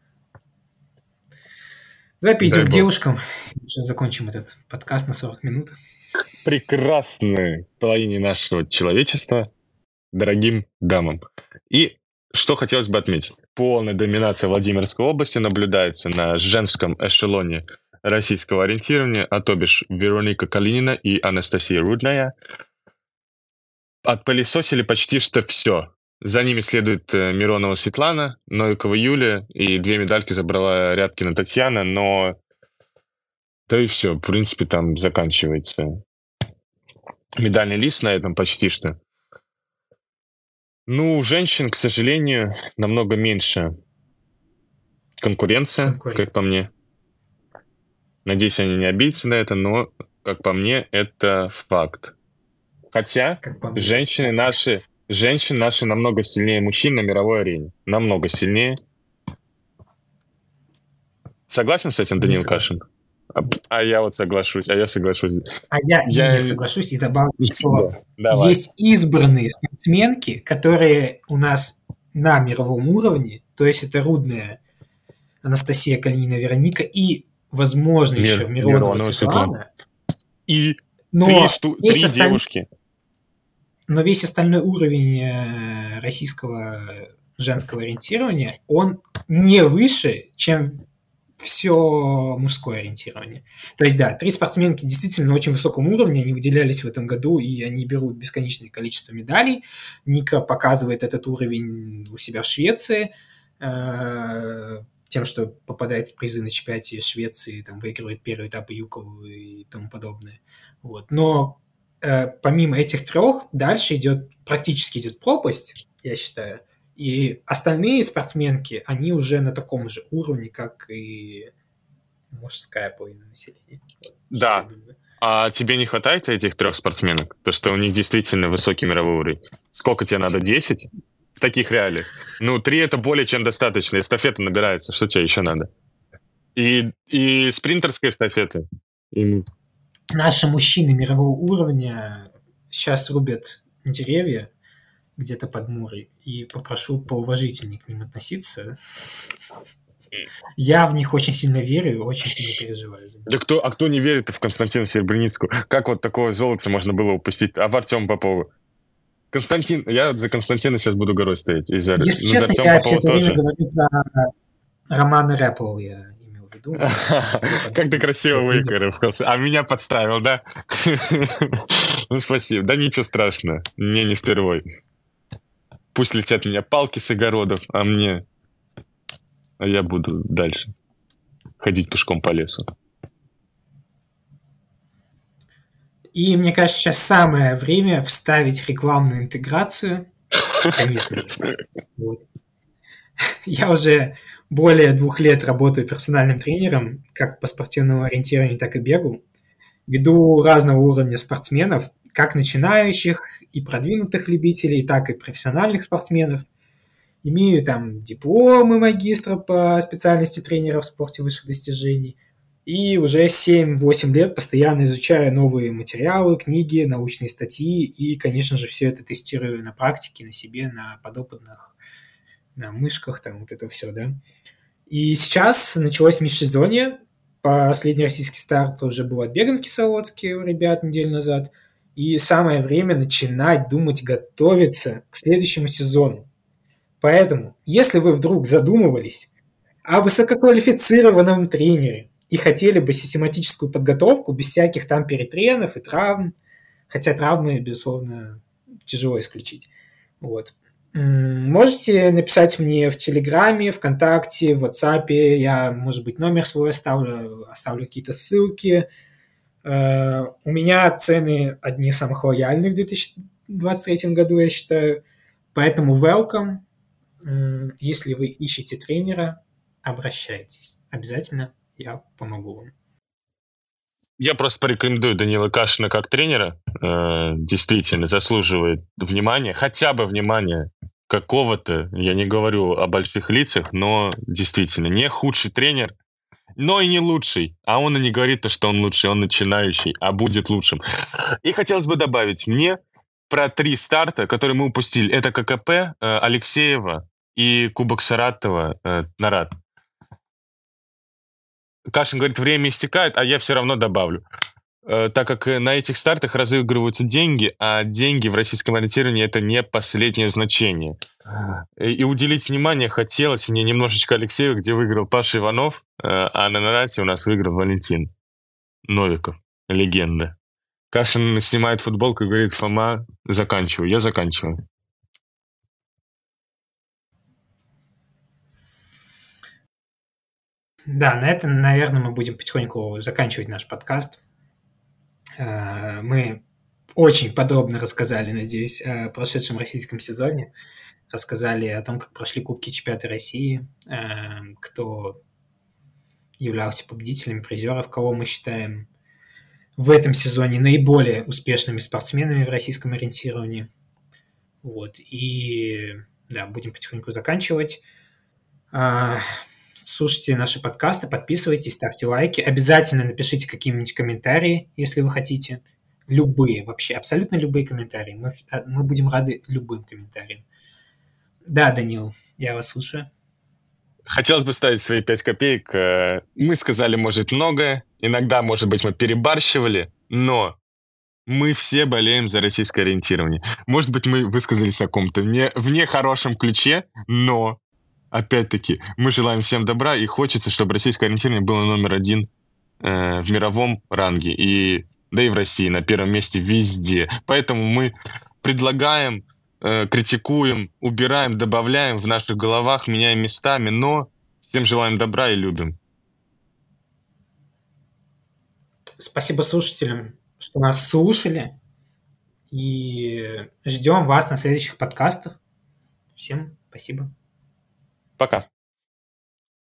Давай перейдем к девушкам. Сейчас закончим этот подкаст на 40 минут. Прекрасной половине нашего человечества. дорогим дамам. И что хотелось бы отметить. Полная доминация Владимирской области наблюдается на женском эшелоне российского ориентирования, а то бишь Вероника Калинина и Анастасия Рудная отпылесосили почти что все. За ними следует Миронова Светлана, Новикова Юлия, и 2 медальки забрала Рябкина Татьяна, но да и все, в принципе, там заканчивается медальный лист на этом почти что. Ну, у женщин, к сожалению, намного меньше конкуренция, как по мне. Надеюсь, они не обидятся на это, но, как по мне, это факт. Хотя женщины наши намного сильнее мужчин на мировой арене. Намного сильнее. Согласен с этим, Даниил Кашин? А я вот соглашусь, я соглашусь. Я не соглашусь и добавлю, что есть избранные спортсменки, которые у нас на мировом уровне, то есть это Рудная Анастасия Калинина Вероника и, возможно, еще Миронова Светлана. И три девушки. Но весь остальной уровень российского женского ориентирования, он не выше, чем все мужское ориентирование. То есть, да, 3 спортсменки действительно на очень высоком уровне, они выделялись в этом году, и они берут бесконечное количество медалей. Ника показывает этот уровень у себя в Швеции, тем, что попадает в призы на чемпионате Швеции, там, выигрывает первый этап Юкова и тому подобное. Вот. Но помимо этих 3, дальше практически идет пропасть, я считаю. И остальные спортсменки, они уже на таком же уровне, как и мужская половина населения. Да. А тебе не хватает этих 3 спортсменок? То, что у них действительно высокий мировой уровень. Сколько тебе надо? 10? В таких реалиях? 3 это более чем достаточно. Эстафета набирается. Что тебе еще надо? И спринтерская эстафета. Наши мужчины мирового уровня сейчас рубят деревья где-то под Мурой, и попрошу поуважительнее к ним относиться. Я в них очень сильно верю, очень сильно переживаю за них. Да кто не верит в Константина Серебряницкого? Как вот такое золото можно было упустить? А в Артема Попова? Константин, я за Константина сейчас буду горой стоять. Если честно, я все это время говорю про Романа Рэпова, я имел в виду. Как ты красиво выкарабкался. А меня подставил, да? Ну, спасибо. Да ничего страшного. Мне не впервой. Пусть летят меня палки с огородов, а я буду дальше ходить пешком по лесу. И мне кажется, сейчас самое время вставить рекламную интеграцию. Конечно же. Вот. Я уже более 2 лет работаю персональным тренером, как по спортивному ориентированию, так и бегу. Веду разного уровня спортсменов, как начинающих и продвинутых любителей, так и профессиональных спортсменов. Имею там дипломы магистра по специальности тренера в спорте высших достижений. И уже 7-8 лет постоянно изучаю новые материалы, книги, научные статьи. И, конечно же, все это тестирую на практике, на себе, на подопытных, на мышках, там вот это все, да. И сейчас началось межсезонье. Последний российский старт уже был отбеган в Кисловодске у ребят неделю назад. И самое время начинать думать, готовиться к следующему сезону. Поэтому, если вы вдруг задумывались о высококвалифицированном тренере и хотели бы систематическую подготовку без всяких там перетренов и травм, хотя травмы, безусловно, тяжело исключить, вот, можете написать мне в Телеграме, ВКонтакте, в WhatsApp, я, может быть, номер свой оставлю какие-то ссылки. У меня цены одни из самых лояльных в 2023 году, я считаю. Поэтому welcome. Если вы ищете тренера, обращайтесь. Обязательно я помогу вам. Я просто порекомендую Даниила Кашина как тренера. Действительно заслуживает внимания, хотя бы внимания какого-то. Я не говорю о больших лицах, но действительно не худший тренер, но и не лучший. А он и не говорит то, что он лучший, он начинающий, а будет лучшим. И хотелось бы добавить мне про 3 старта, которые мы упустили. Это ККП, Алексеева и Кубок Саратова, Нарат. Кашин говорит, время истекает, а я все равно добавлю. так как на этих стартах разыгрываются деньги, а деньги в российском ориентировании — это не последнее значение. И уделить внимание хотелось мне немножечко Алексею, где выиграл Паша Иванов, а на Нарате у нас выиграл Валентин Новиков, легенда. Кашин снимает футболку и говорит: Фома, заканчивай. Я заканчиваю. Да, на этом, наверное, мы будем потихоньку заканчивать наш подкаст. Мы очень подробно рассказали, надеюсь, о прошедшем российском сезоне. Рассказали о том, как прошли Кубки Чемпионата России, кто являлся победителями, призеров, кого мы считаем в этом сезоне наиболее успешными спортсменами в российском ориентировании. Вот. И да, будем потихоньку заканчивать. Слушайте наши подкасты, подписывайтесь, ставьте лайки. Обязательно напишите какие-нибудь комментарии, если вы хотите. Любые, вообще, абсолютно любые комментарии. Мы будем рады любым комментариям. Да, Данил, я вас слушаю. Хотелось бы ставить свои 5 копеек. Мы сказали, может, многое. Иногда, может быть, мы перебарщивали, но мы все болеем за российское ориентирование. Может быть, мы высказались о каком-то в нехорошем ключе, но, опять-таки, мы желаем всем добра, и хочется, чтобы российское ориентирование было номер один в мировом ранге, да и в России на первом месте везде. Поэтому мы предлагаем, критикуем, убираем, добавляем в наших головах, меняем местами, но всем желаем добра и любим. Спасибо слушателям, что нас слушали, и ждем вас на следующих подкастах. Всем спасибо. Пока.